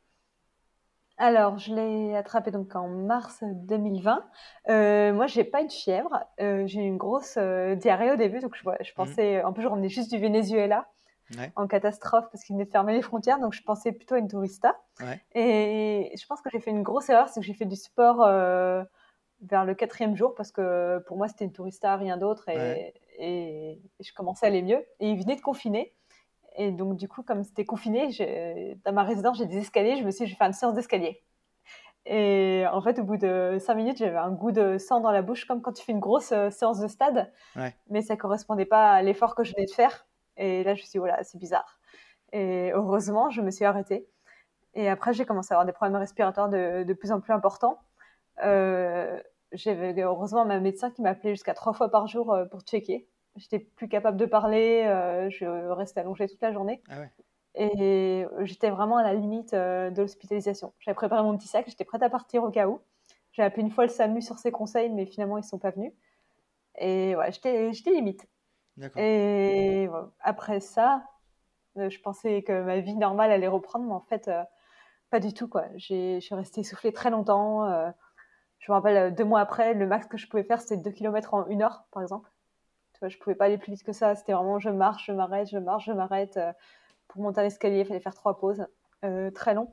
Alors, je l'ai attrapé donc en mars 2020. Moi, j'ai pas eu de fièvre. J'ai eu une grosse diarrhée au début, donc je Mhm. pensais. En plus, je revenais juste du Venezuela Ouais, en catastrophe parce qu'ils venaient de fermer les frontières, donc je pensais plutôt à une tourista. ouais, Et je pense que j'ai fait une grosse erreur, c'est que j'ai fait du sport vers le 4e jour parce que pour moi, c'était une tourista, rien d'autre, ouais. et je commençais à aller mieux. Et ils venaient de confiner. Et donc, du coup, comme c'était confiné, dans ma résidence, j'ai des escaliers. Je me suis dit, je vais faire une séance d'escalier. Et en fait, au bout de 5 minutes, j'avais un goût de sang dans la bouche, comme quand tu fais une grosse séance de stade, Ouais. mais ça correspondait pas à l'effort que je venais de faire. Et là, je me suis dit, voilà, c'est bizarre. Et heureusement, je me suis arrêtée. Et après, j'ai commencé à avoir des problèmes respiratoires de plus en plus importants. Euh, J'avais heureusement ma médecin qui m'appelait jusqu'à 3 fois par jour pour checker. J'étais plus capable de parler, je restais allongée toute la journée. Ah ouais. Et j'étais vraiment à la limite de l'hospitalisation. J'avais préparé mon petit sac, j'étais prête à partir au cas où. J'ai appelé une fois le SAMU sur ses conseils, mais finalement, ils ne sont pas venus. Et ouais, j'étais limite. D'accord. Et après ça, je pensais que ma vie normale allait reprendre, mais en fait, pas du tout, quoi. Je suis restée essoufflée très longtemps. Je me rappelle, 2 mois après, le max que je pouvais faire, c'était 2 kilomètres en 1 heure, par exemple. Tu vois, je pouvais pas aller plus vite que ça. C'était vraiment je marche, je m'arrête, je marche, je m'arrête. Pour monter à l'escalier, il fallait faire 3 pauses. Très long.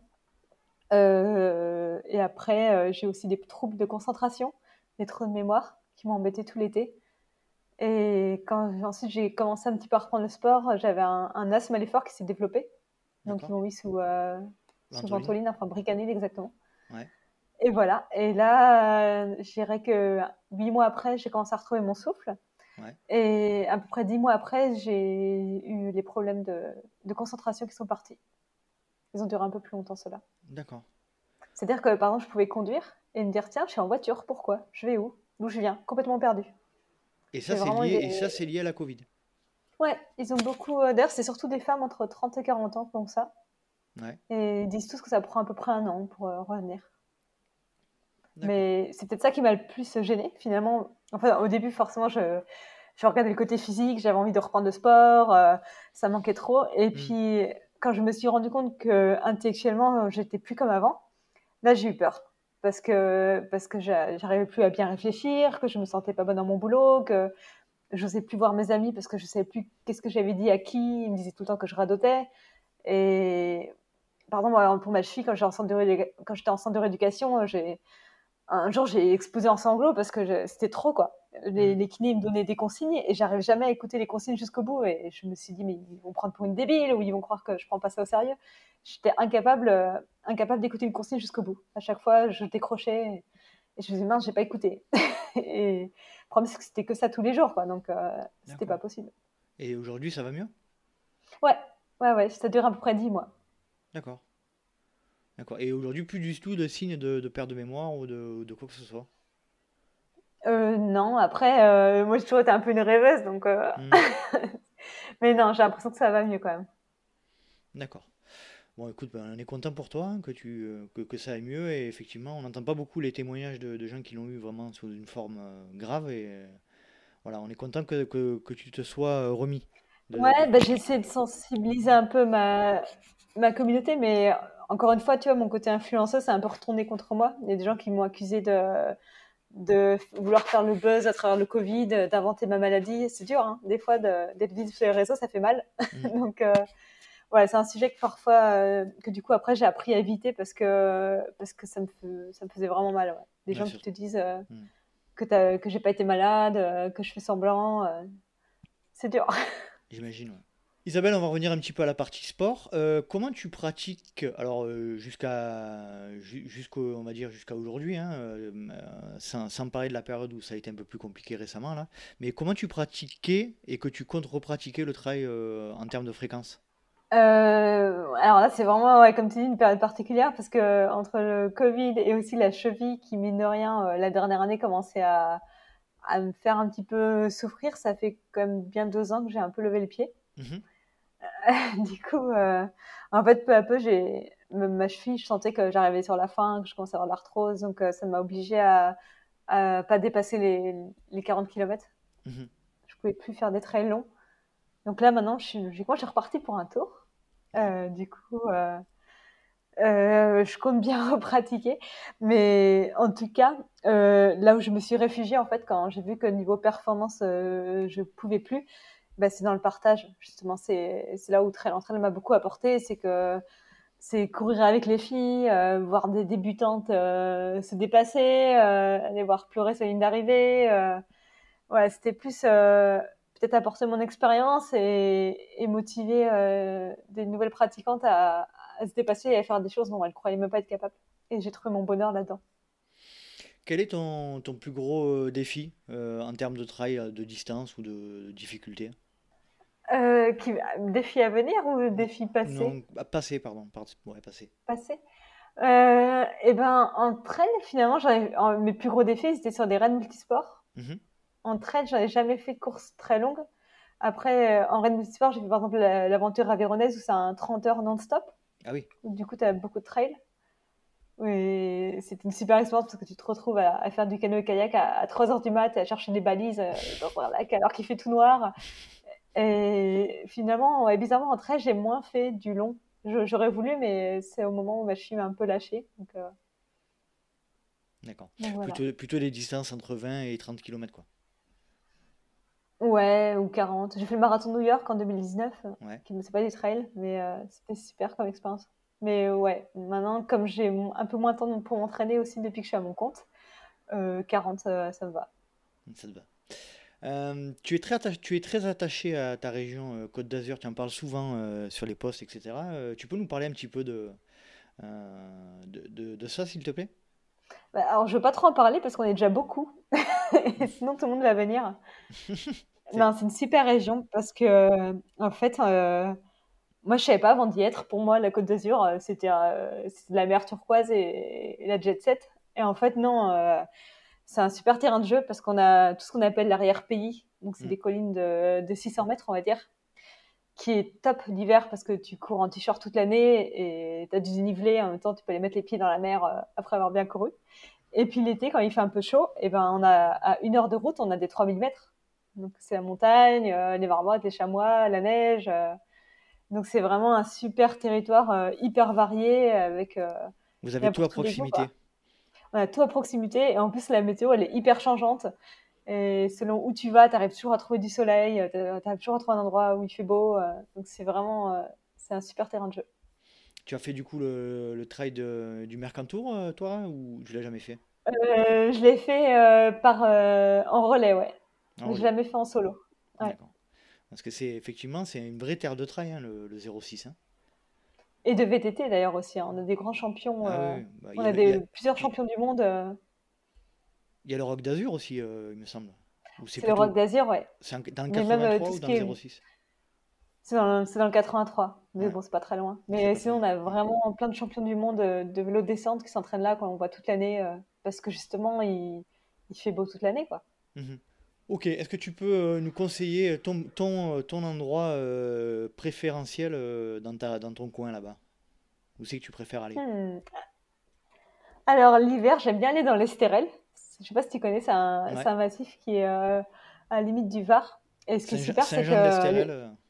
Et après, j'ai aussi des troubles de concentration, des trous de mémoire qui m'ont embêté tout l'été. Et quand ensuite j'ai commencé un petit peu à reprendre le sport, j'avais un asthme à l'effort qui s'est développé. Donc ils D'accord. m'ont mis sous Ventoline. ventoline, enfin Bricanil exactement. Ouais. Et voilà. Et là, je dirais que 8 mois après, j'ai commencé à retrouver mon souffle. Ouais. Et à peu près 10 mois après, j'ai eu les problèmes de concentration qui sont partis. Ils ont duré un peu plus longtemps, ceux-là. D'accord. C'est-à-dire que, par exemple, je pouvais conduire et me dire, tiens, je suis en voiture, pourquoi? Je vais où? D'où je viens? Complètement perdu. Et ça, J'ai c'est vraiment eu lié, des... et ça, c'est lié à la Covid. Ouais, ils ont beaucoup... D'ailleurs, c'est surtout des femmes entre 30 et 40 ans qui font ça. Ouais. Et ils disent tous que ça prend à peu près 1 an pour revenir. D'accord. Mais c'est peut-être ça qui m'a le plus gênée, finalement. Enfin, au début, forcément, je regardais le côté physique, j'avais envie de reprendre le sport, ça manquait trop. Et Hmm. puis, quand je me suis rendu compte que intellectuellement, j'étais plus comme avant, là, j'ai eu peur. Parce que j'arrivais plus à bien réfléchir, que je me sentais pas bonne dans mon boulot, que j'osais plus voir mes amis parce que je savais plus qu'est-ce que j'avais dit à qui. Ils me disaient tout le temps que je radotais. Et par exemple, pour ma cheville, quand j'étais en centre de rééducation, un jour, j'ai explosé en sanglots parce que c'était trop, quoi. Les, Hmm. les kinés me donnaient des consignes et j'arrive jamais à écouter les consignes jusqu'au bout. Et je me suis dit, mais ils vont prendre pour une débile ou ils vont croire que je prends pas ça au sérieux. J'étais incapable d'écouter une consigne jusqu'au bout. À chaque fois, je décrochais et je me disais, mince, j'ai pas écouté. Et le problème, c'est que c'était que ça tous les jours, quoi. Donc, c'était D'accord. pas possible. Et aujourd'hui, ça va mieux? Ouais, ouais, ça dure à peu près 10 mois. D'accord. D'accord. Et aujourd'hui, plus du tout de signes de perte de mémoire ou de quoi que ce soit? Non, après, moi, j'ai toujours été un peu une rêveuse, donc. Hmm. Mais non, j'ai l'impression que ça va mieux quand même. D'accord. Bon, écoute, ben, on est content pour toi hein, que ça aille mieux. Et effectivement, on n'entend pas beaucoup les témoignages de gens qui l'ont eu vraiment sous une forme grave. Et voilà, on est content que tu te sois remis de Ouais, bah, tout j'ai ça. essayé de sensibiliser un peu ma communauté, mais encore une fois, tu vois, mon côté influenceuse, c'est un peu retourné contre moi. Il y a des gens qui m'ont accusé de vouloir faire le buzz à travers le Covid, d'inventer ma maladie. C'est dur, hein, des fois, d'être visible sur les réseaux, ça fait mal. Hmm. Donc, voilà, c'est un sujet que parfois, que du coup, après, j'ai appris à éviter parce que ça me faisait vraiment mal. Ouais. Des Ouais, gens qui te disent hmm. que j'ai pas été malade, que je fais semblant, c'est dur. J'imagine, ouais. Isabelle, on va revenir un petit peu à la partie sport. Comment tu pratiques, alors jusqu'au, on va dire jusqu'à aujourd'hui, hein, sans parler de la période où ça a été un peu plus compliqué récemment là, mais comment tu pratiquais et que tu comptes repratiquer le trail en termes de fréquence? Alors là, c'est vraiment, ouais, comme tu dis, une période particulière parce que entre le Covid et aussi la cheville qui, mine de rien, la dernière année commençait à me faire un petit peu souffrir. Ça fait quand même bien 2 ans que j'ai un peu levé le pied. Mhm. Du coup, en fait, peu à peu, ma cheville, je sentais que j'arrivais sur la fin, que je commençais à avoir l'arthrose, donc ça m'a obligée à pas dépasser les 40 kilomètres. Mhm. Je pouvais plus faire des trails longs. Donc là, maintenant, moi, je suis repartie pour un tour. Ouais. Du coup, je compte bien repratiquer. Mais en tout cas, là où je me suis réfugiée, en fait, quand j'ai vu que niveau performance, je pouvais plus, bah, c'est dans le partage. Justement, c'est là où Trail en Trail m'a beaucoup apporté. C'est courir avec les filles, voir des débutantes se dépasser, aller voir pleurer sa ligne d'arrivée. Ouais, c'était plus peut-être apporter mon expérience et motiver des nouvelles pratiquantes à se dépasser et à faire des choses dont elles ne croyaient même pas être capables. Et j'ai trouvé mon bonheur là-dedans. Quel est ton plus gros défi en termes de trail, de distance ou de difficulté? Défi à venir ou défi passé? Non, passé, pardon, ouais, passé. Passé. Et ben, en trail, finalement, mes plus gros défis, c'était sur des raids multisports. Mhm. En trail, j'en ai jamais fait de course très longue. Après, en raid multisport, j'ai fait par exemple l'aventure avéronaise où c'est un 30 heures non-stop. Ah oui, Du coup, tu as beaucoup de trails. Oui, c'était une super expérience parce que tu te retrouves à faire du canoë-kayak à 3 heures du mat, à chercher des balises dans un lac alors qu'il fait tout noir. Et finalement, ouais, bizarrement, en trail, j'ai moins fait du long. J'aurais voulu, mais c'est au moment où ma cheville m'a un peu lâchée. d'accord. Donc voilà. Plutôt des distances entre 20 et 30 kilomètres, quoi. Ouais, ou 40. J'ai fait le marathon de New York en 2019, Ouais. qui ne c'est pas du trail, mais c'était super comme expérience. Mais ouais, maintenant, comme j'ai un peu moins de temps pour m'entraîner aussi depuis que je suis à mon compte, 40, ça me va. Ça te va. Tu es très attaché à ta région Côte d'Azur, tu en parles souvent sur les posts, etc. Tu peux nous parler un petit peu de ça, s'il te plaît? Bah, alors, je veux pas trop en parler parce qu'on est déjà beaucoup, et sinon tout le monde va venir. C'est Non, c'est une super région parce que, en fait, moi, je savais pas avant d'y être. Pour moi, la Côte d'Azur, c'était la mer turquoise et la jet set. Et en fait, non, c'est un super terrain de jeu parce qu'on a tout ce qu'on appelle l'arrière-pays. Donc, c'est Mm. des collines de 600 mètres, on va dire, qui est top l'hiver parce que tu cours en t-shirt toute l'année et tu as du dénivelé. En même temps, tu peux aller mettre les pieds dans la mer après avoir bien couru. Et puis l'été, quand il fait un peu chaud, et ben, on a à 1 heure de route, on a des 3000 mètres. Donc, c'est la montagne, les marmottes, les chamois, la neige. Donc c'est vraiment un super territoire hyper varié avec Vous il y avez a tout pour à tous les goûts quoi. proximité. On a tout à proximité et en plus la météo elle est hyper changeante et selon où tu vas, tu arrives toujours à trouver du soleil, tu arrives toujours à trouver un endroit où il fait beau donc c'est vraiment c'est un super terrain de jeu. Tu as fait du coup le trail du Mercantour, toi, ou tu l'as jamais fait? Je l'ai fait en relais ouais. Ah Mais je oui, l'ai jamais fait en solo. Ouais. d'accord. Parce que c'est effectivement c'est une vraie terre de trail, hein, le 06, hein. Et de VTT d'ailleurs aussi, hein. On a des grands champions Ah oui, oui. Bah, on a plusieurs champions du monde il y a le Rock d'Azur aussi, il me semble. Ou c'est c'est le Rock plutôt d'Azur ouais. dans le Mais même 83 tout ou ce dans qui le est 06? C'est dans le 83, mais Ouais, bon, c'est pas très loin. c'est Mais pas très sinon, on loin. a vraiment plein de champions du monde de vélo descente qui s'entraînent là, quand on voit toute l'année, parce que justement, il fait beau toute l'année, quoi. Mhm. Ok, est-ce que tu peux nous conseiller ton endroit préférentiel dans ton coin là-bas? Où c'est que tu préfères aller? Hmm. Alors, l'hiver, j'aime bien aller dans l'Estérel. Je sais pas si tu connais, c'est Ouais. un massif qui est à la limite du Var. Et ce qui est super, c'est Saint-Jean-de-l'Estérel. que,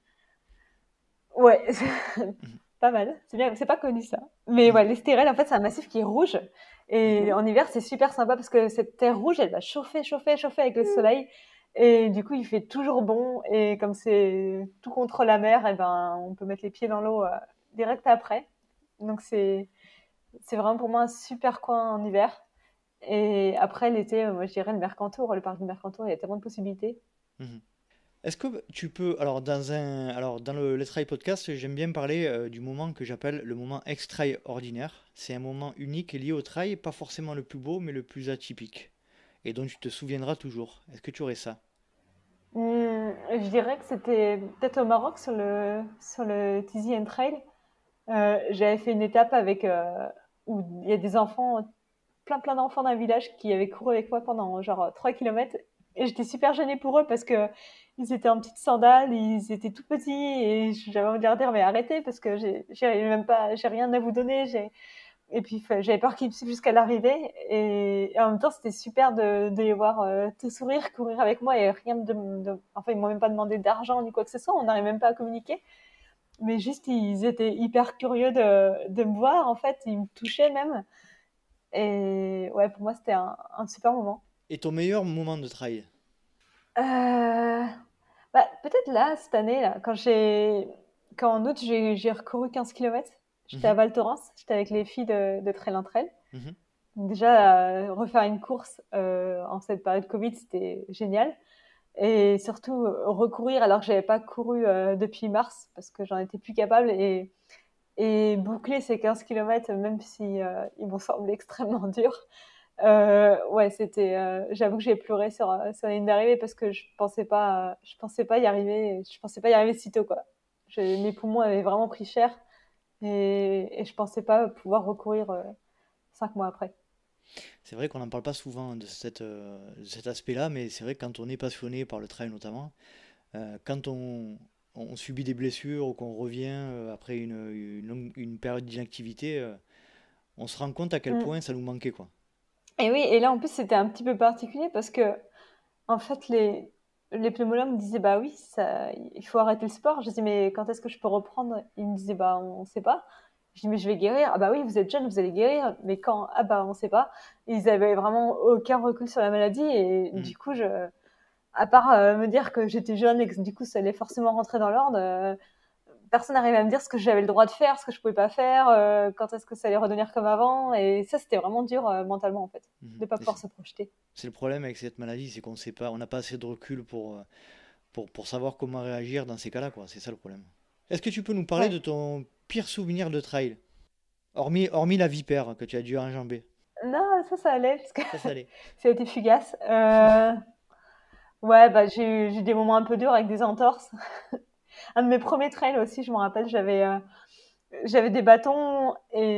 ouais, pas mal. C'est bien, c'est pas connu ça. Mais Mhm. ouais, l'Estérel, en fait, c'est un massif qui est rouge. Et en hiver, c'est super sympa parce que cette terre rouge, elle va chauffer, chauffer, chauffer avec le soleil. Et du coup, il fait toujours bon. Et comme c'est tout contre la mer, et ben, on peut mettre les pieds dans l'eau direct après. Donc, c'est vraiment pour moi un super coin en hiver. Et après, l'été, moi, je dirais le Mercantour. Le parc du Mercantour, il y a tellement de possibilités. Mhm. Est-ce que tu peux, alors dans le Let's Try podcast, j'aime bien parler du moment que j'appelle le moment extraordinaire. C'est un moment unique lié au trail, pas forcément le plus beau, mais le plus atypique, et dont tu te souviendras toujours. Est-ce que tu aurais ça? Je dirais que c'était peut-être au Maroc sur le Tizi Trail. J'avais fait une étape avec où il y a des enfants, plein plein d'enfants d'un village qui avaient couru avec moi pendant genre 3 kilomètres. Et j'étais super gênée pour eux parce que ils étaient en petites sandales, ils étaient tout petits et j'avais envie de leur dire mais arrêtez parce que j'ai même pas, j'ai rien à vous donner. Et puis j'avais peur qu'ils me suivent jusqu'à l'arrivée et en même temps c'était super de les voir tout sourire, courir avec moi et rien enfin ils m'ont même pas demandé d'argent ni quoi que ce soit, on n'arrive même pas à communiquer. Mais juste, ils étaient hyper curieux de me voir, en fait. Ils me touchaient même. Et ouais, pour moi, c'était un super moment. Et ton meilleur moment de trail? Euh, Bah, peut-être là, cette année, là, quand en août, j'ai recouru 15 kilomètres. J'étais à Mhm, Val Thorens, j'étais avec les filles de Trail en Trail. mhm. Donc déjà, refaire une course en cette période Covid, c'était génial. Et surtout, recourir alors que j'avais pas couru depuis mars parce que j'en étais plus capable. Et boucler ces 15 kilomètres, même si ils m'ont semblé extrêmement durs, ouais, j'avoue que j'ai pleuré sur la ligne d'arrivée parce que je pensais pas y arriver, je pensais pas y arriver si tôt, quoi. Mes poumons avaient vraiment pris cher et je pensais pas pouvoir recourir 5 mois après. C'est vrai qu'on n'en parle pas souvent de cet aspect-là, mais c'est vrai que quand on est passionné par le trail notamment, Quand on subit des blessures ou qu'on revient après une période d'inactivité, on se rend compte à quel Mm. point ça nous manquait, quoi. Et oui, et là en plus c'était un petit peu particulier parce que en fait les pneumologues me disaient bah oui, ça, il faut arrêter le sport. Je disais mais quand est-ce que je peux reprendre? Ils me disaient bah on sait pas. Je dis mais je vais guérir. Ah bah oui, vous êtes jeune, vous allez guérir, mais quand? Ah bah on sait pas. Ils avaient vraiment aucun recul sur la maladie et Mhm. du coup à part me dire que j'étais jeune et que du coup ça allait forcément rentrer dans l'ordre, personne n'arrivait à me dire ce que j'avais le droit de faire, ce que je pouvais pas faire, quand est-ce que ça allait redevenir comme avant. Et ça, c'était vraiment dur mentalement, en fait, Mhm. de pas Et pouvoir se projeter. c'est le problème avec cette maladie, c'est qu'on sait pas, on n'a pas assez de recul pour savoir comment réagir dans ces cas-là, quoi. C'est ça le problème. Est-ce que tu peux nous parler Ouais. de ton pire souvenir de trail? Hormis la vipère que tu as dû enjamber. Non, ça allait, parce que Ça allait. ça a été fugace. Ouais, bah, j'ai eu des moments un peu durs avec des entorses. Un de mes premiers trails aussi, je me rappelle, j'avais des bâtons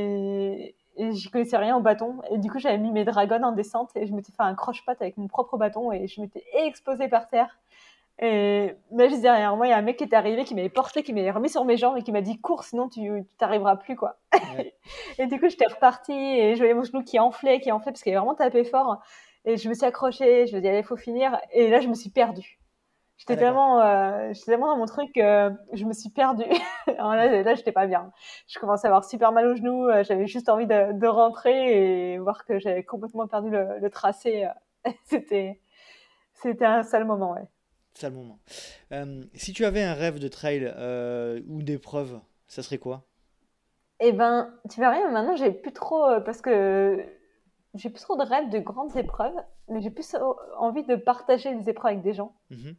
et j'y connaissais rien aux bâtons. Et du coup, j'avais mis mes dragons en descente et je m'étais fait un croche-patte avec mon propre bâton et je m'étais explosée par terre. Et là, juste derrière moi, il y a un mec qui est arrivé, qui m'avait porté, qui m'avait remis sur mes jambes et qui m'a dit cours, sinon tu t'arriveras plus, quoi. Ouais. Et du coup, j'étais repartie et je voyais mon genou qui enflait parce qu'il avait vraiment tapé fort. Et je me suis accrochée, je me dis allez, il faut finir. Et là, je me suis perdue. Ah d'accord. J'étais tellement dans mon truc, je me suis perdue. Alors là, j'étais pas bien. Je commençais à avoir super mal au genou. J'avais juste envie de rentrer et voir que j'avais complètement perdu le tracé. C'était, c'était un sale moment, ouais. C'est ça le moment. Si tu avais un rêve de trail ou d'épreuve, ça serait quoi? Eh ben, tu verras, maintenant, j'ai plus trop, parce que j'ai plus trop de rêves de grandes épreuves, mais j'ai plus envie de partager les épreuves avec des gens. Mhm.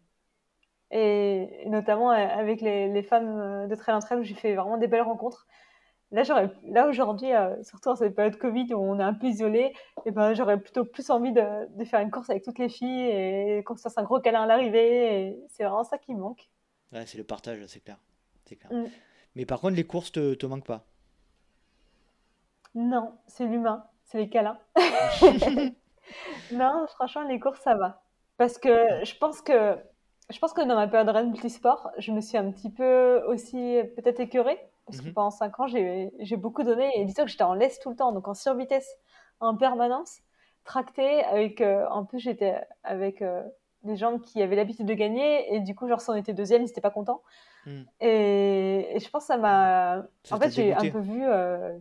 Et notamment avec les femmes de Trail en Trail où j'ai fait vraiment des belles rencontres. Là aujourd'hui, surtout en cette période Covid où on est un peu isolé, et ben, j'aurais plutôt plus envie de faire une course avec toutes les filles et qu'on se fasse un gros câlin à l'arrivée. Et c'est vraiment ça qui me manque. Ouais, c'est le partage, c'est clair. C'est clair. Mm. Mais par contre, les courses te manquent pas. Non, c'est l'humain, c'est les câlins. Non, franchement, les courses, ça va. Parce que je pense que dans ma période Rennes multisport, je me suis un petit peu aussi peut-être écœurée. Parce que Mhm. pendant 5 ans, j'ai beaucoup donné. Et dis-toi que j'étais en laisse tout le temps, donc en survitesse en permanence, tractée. En plus, j'étais avec des gens qui avaient l'habitude de gagner. Et du coup, genre, si on était deuxième, ils n'étaient pas contents. Mhm. Et je pense que ça m'a. Ça En t'a fait, j'ai un dégoûté. peu vu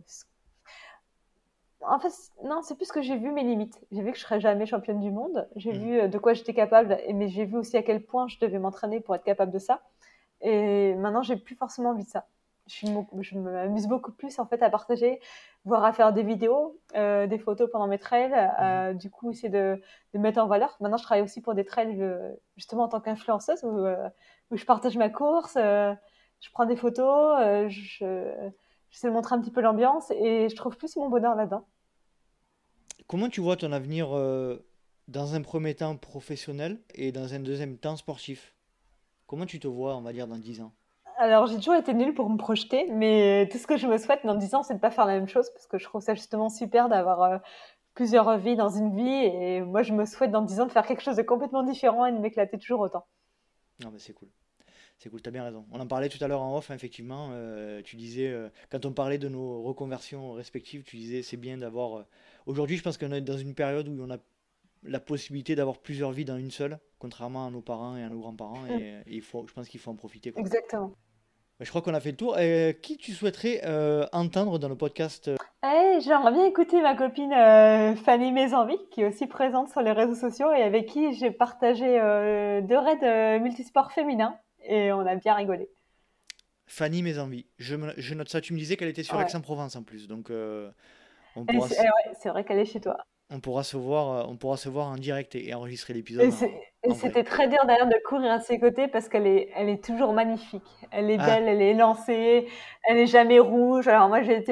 en fait, non, c'est plus que j'ai vu mes limites. J'ai vu que je serais jamais championne du monde. J'ai Mhm. vu de quoi j'étais capable, mais j'ai vu aussi à quel point je devais m'entraîner pour être capable de ça. Et maintenant, j'ai plus forcément envie de ça. Je m'amuse beaucoup plus en fait à partager, voire à faire des vidéos, des photos pendant mes trails. Mhm. Du coup, essayer de mettre en valeur. Maintenant, je travaille aussi pour des trails justement en tant qu'influenceuse où je partage ma course, je prends des photos, j'essaie de montrer un petit peu l'ambiance et je trouve plus mon bonheur là-dedans. Comment tu vois ton avenir dans un premier temps professionnel et dans un deuxième temps sportif? Comment tu te vois, on va dire, dans 10 ans? Alors, j'ai toujours été nulle pour me projeter, mais tout ce que je me souhaite dans 10 ans, c'est de pas faire la même chose, parce que je trouve ça justement super d'avoir plusieurs vies dans une vie. Et moi, je me souhaite dans 10 ans de faire quelque chose de complètement différent et de m'éclater toujours autant. Non, mais c'est cool. C'est cool, t'as bien raison. On en parlait tout à l'heure en off, hein, effectivement. Tu disais, quand on parlait de nos reconversions respectives, tu disais c'est bien d'avoir. Aujourd'hui, je pense qu'on est dans une période où on a la possibilité d'avoir plusieurs vies dans une seule, contrairement à nos parents et à nos grands-parents. Mm, Et je pense qu'il faut en profiter, quoi. exactement. Je crois qu'on a fait le tour. Qui tu souhaiterais entendre dans le podcast? J'aimerais bien écouter ma copine Fanny Mésenvie, qui est aussi présente sur les réseaux sociaux et avec qui j'ai partagé 2 raids multisports féminins et on a bien rigolé. Fanny Mes Envies. Je note ça. Tu me disais qu'elle était sur Ouais. Aix-en-Provence en plus. Donc on Et pourra, ouais, c'est vrai qu'elle est chez toi. on pourra se voir en direct et enregistrer l'épisode Et en vrai. c'était très dur d'ailleurs de courir à ses côtés parce elle est toujours magnifique. Elle est Ah, belle, elle est élancée, elle est jamais rouge. Alors moi j'ai été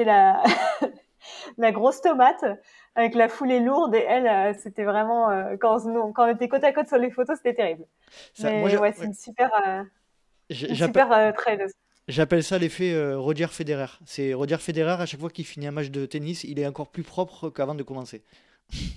la grosse tomate avec la foulée lourde et elle, c'était vraiment quand on était côte à côte sur les photos, c'était terrible. ça, moi, Mais ouais, c'est ouais, une j'appelle, super traîneuse. j'appelle ça l'effet Roger Federer. C'est Roger Federer, à chaque fois qu'il finit un match de tennis, il est encore plus propre qu'avant de commencer.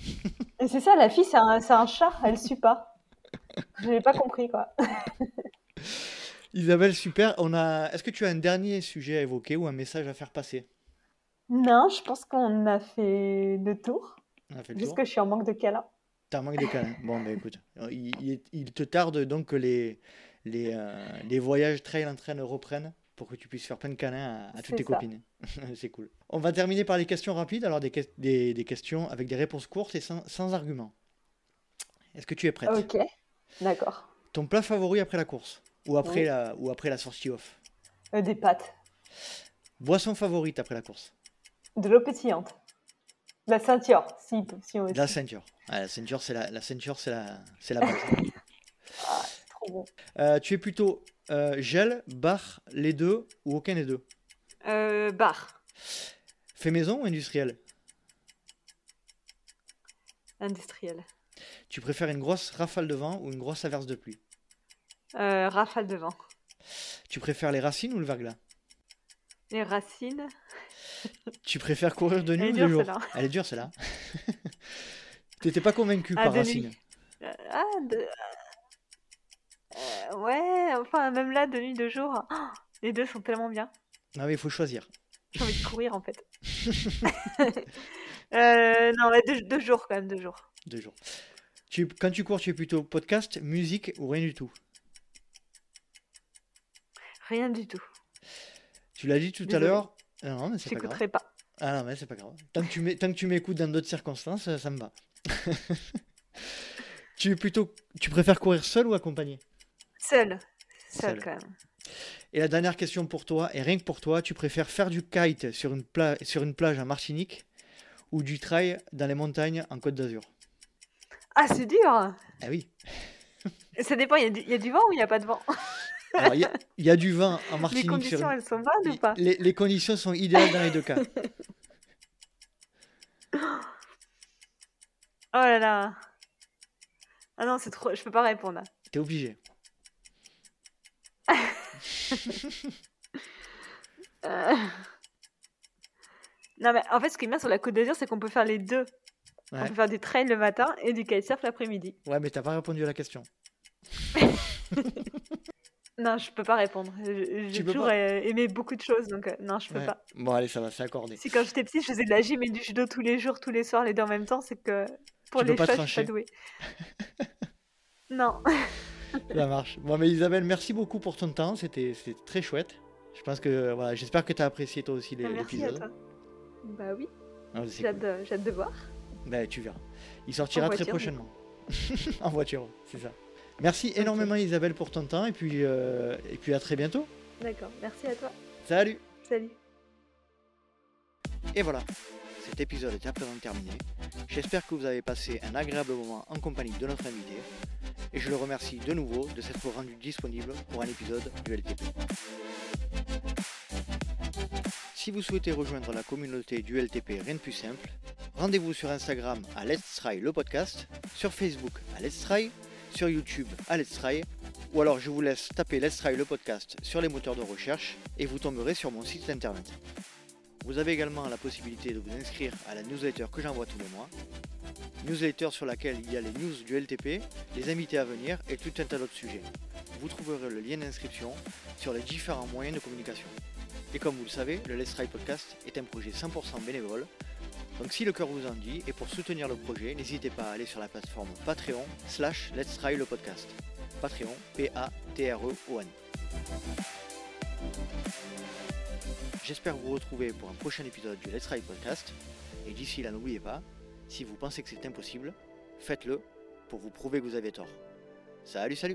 Et c'est ça, la fille, c'est un chat, elle suit pas. Je n'ai pas compris quoi. Isabelle, super. Est-ce que tu as un dernier sujet à évoquer ou un message à faire passer? Non, je pense qu'on a fait le tour. On a fait le Juste tour. que je suis en manque de câlin. T'as un manque de câlin. Bon, ben écoute, il te tarde donc que les voyages trail en train reprennent pour que tu puisses faire plein de câlins à toutes C'est tes ça. copines. C'est cool. On va terminer par les questions rapides, alors des questions avec des réponses courtes et sans arguments. Est-ce que tu es prête? Ok, d'accord. Ton plat favori après la course Oui. ou après la sortie off? Des pâtes. Boisson favorite après la course? De l'eau pétillante. La ceinture, si on La aussi. ceinture. Ah, la ceinture, c'est la base. Ah, c'est trop bon. Tu es plutôt gel, bar, les deux ou aucun des deux? Bar. Fait maison ou industriel? Industriel. Tu préfères une grosse rafale de vent ou une grosse averse de pluie? Rafale de vent. Tu préfères les racines ou le verglas? Les racines. Tu préfères courir de Elle nuit est ou de dure jour? celle-là. Elle est dure celle-là. T'étais pas convaincu Ah, par de racine. nuit. Ah, ouais, enfin, même là, de nuit, de jour. Oh, les deux sont tellement bien. Non mais il faut choisir. J'ai envie de courir, en fait. Non, mais deux jours, quand même, 2 jours. 2 jours. Quand tu cours, tu es plutôt podcast, musique ou rien du tout? Rien du tout. Tu l'as dit tout à Désolée. l'heure. Ah non, mais c'est pas grave. J'écouterai pas. Ah non, mais c'est pas grave. Tant que tu m'écoutes dans d'autres circonstances, ça me va. Tu préfères courir seul ou accompagné? Seul. Seul. Seul, quand même. Et la dernière question pour toi, et rien que pour toi, tu préfères faire du kite sur une plage en Martinique ou du trail dans les montagnes en Côte d'Azur? Ah, c'est dur. Ah oui. Ça dépend, il y a du vent ou il n'y a pas de vent? Alors, il y a du vent en Les Martinique conditions, elles sont bonnes ou pas? les conditions sont idéales dans les deux cas. Oh là là. Ah non, c'est trop. Je peux pas répondre là. T'es obligé. Euh, Non, mais en fait, ce qui est bien sur la Côte d'Azur, c'est qu'on peut faire les deux. On Ouais. peut faire du trail le matin et du kitesurf l'après-midi. Ouais, mais t'as pas répondu à la question. Non, je peux pas répondre. J'ai Tu peux toujours pas? aimé beaucoup de choses, donc non, je peux Ouais. pas. Bon, allez, ça va, c'est accordé. Si quand j'étais petite, je faisais de la gym et du judo tous les jours, tous les soirs, les deux en même temps, c'est que pour Tu peux les pas choses, je suis pas trancher. douée. Non. Ça marche. Bon, mais Isabelle, merci beaucoup pour ton temps. C'était très chouette. Je pense que, voilà, j'espère que t'as apprécié toi aussi Merci à l'épisode. toi. Bah oui, Ah, c'est j'ai cool. hâte de voir. Ben, tu verras. Il sortira très voiture, du prochainement. En voiture, c'est ça. Merci Ok. énormément Isabelle pour ton temps et puis à très bientôt. D'accord, merci à toi. Salut! Salut. Et voilà, cet épisode est à présent terminé. J'espère que vous avez passé un agréable moment en compagnie de notre invité et je le remercie de nouveau de s'être rendu disponible pour un épisode du LTP. Si vous souhaitez rejoindre la communauté du LTP, rien de plus simple, rendez-vous sur Instagram à Let's Try le podcast, sur Facebook à Let's Try, sur YouTube à Let's Try, ou alors je vous laisse taper Let's Try le podcast sur les moteurs de recherche et vous tomberez sur mon site internet. Vous avez également la possibilité de vous inscrire à la newsletter que j'envoie tous les mois. Newsletter sur laquelle il y a les news du LTP, les invités à venir et tout un tas d'autres sujets. Vous trouverez le lien d'inscription sur les différents moyens de communication. Et comme vous le savez, le Let's Try Podcast est un projet 100% bénévole. Donc si le cœur vous en dit, et pour soutenir le projet, n'hésitez pas à aller sur la plateforme Patreon /Let's Try le podcast. Patreon, Patreon. J'espère vous retrouver pour un prochain épisode du Let's Try Podcast. Et d'ici là, n'oubliez pas, si vous pensez que c'est impossible, faites-le pour vous prouver que vous avez tort. Salut!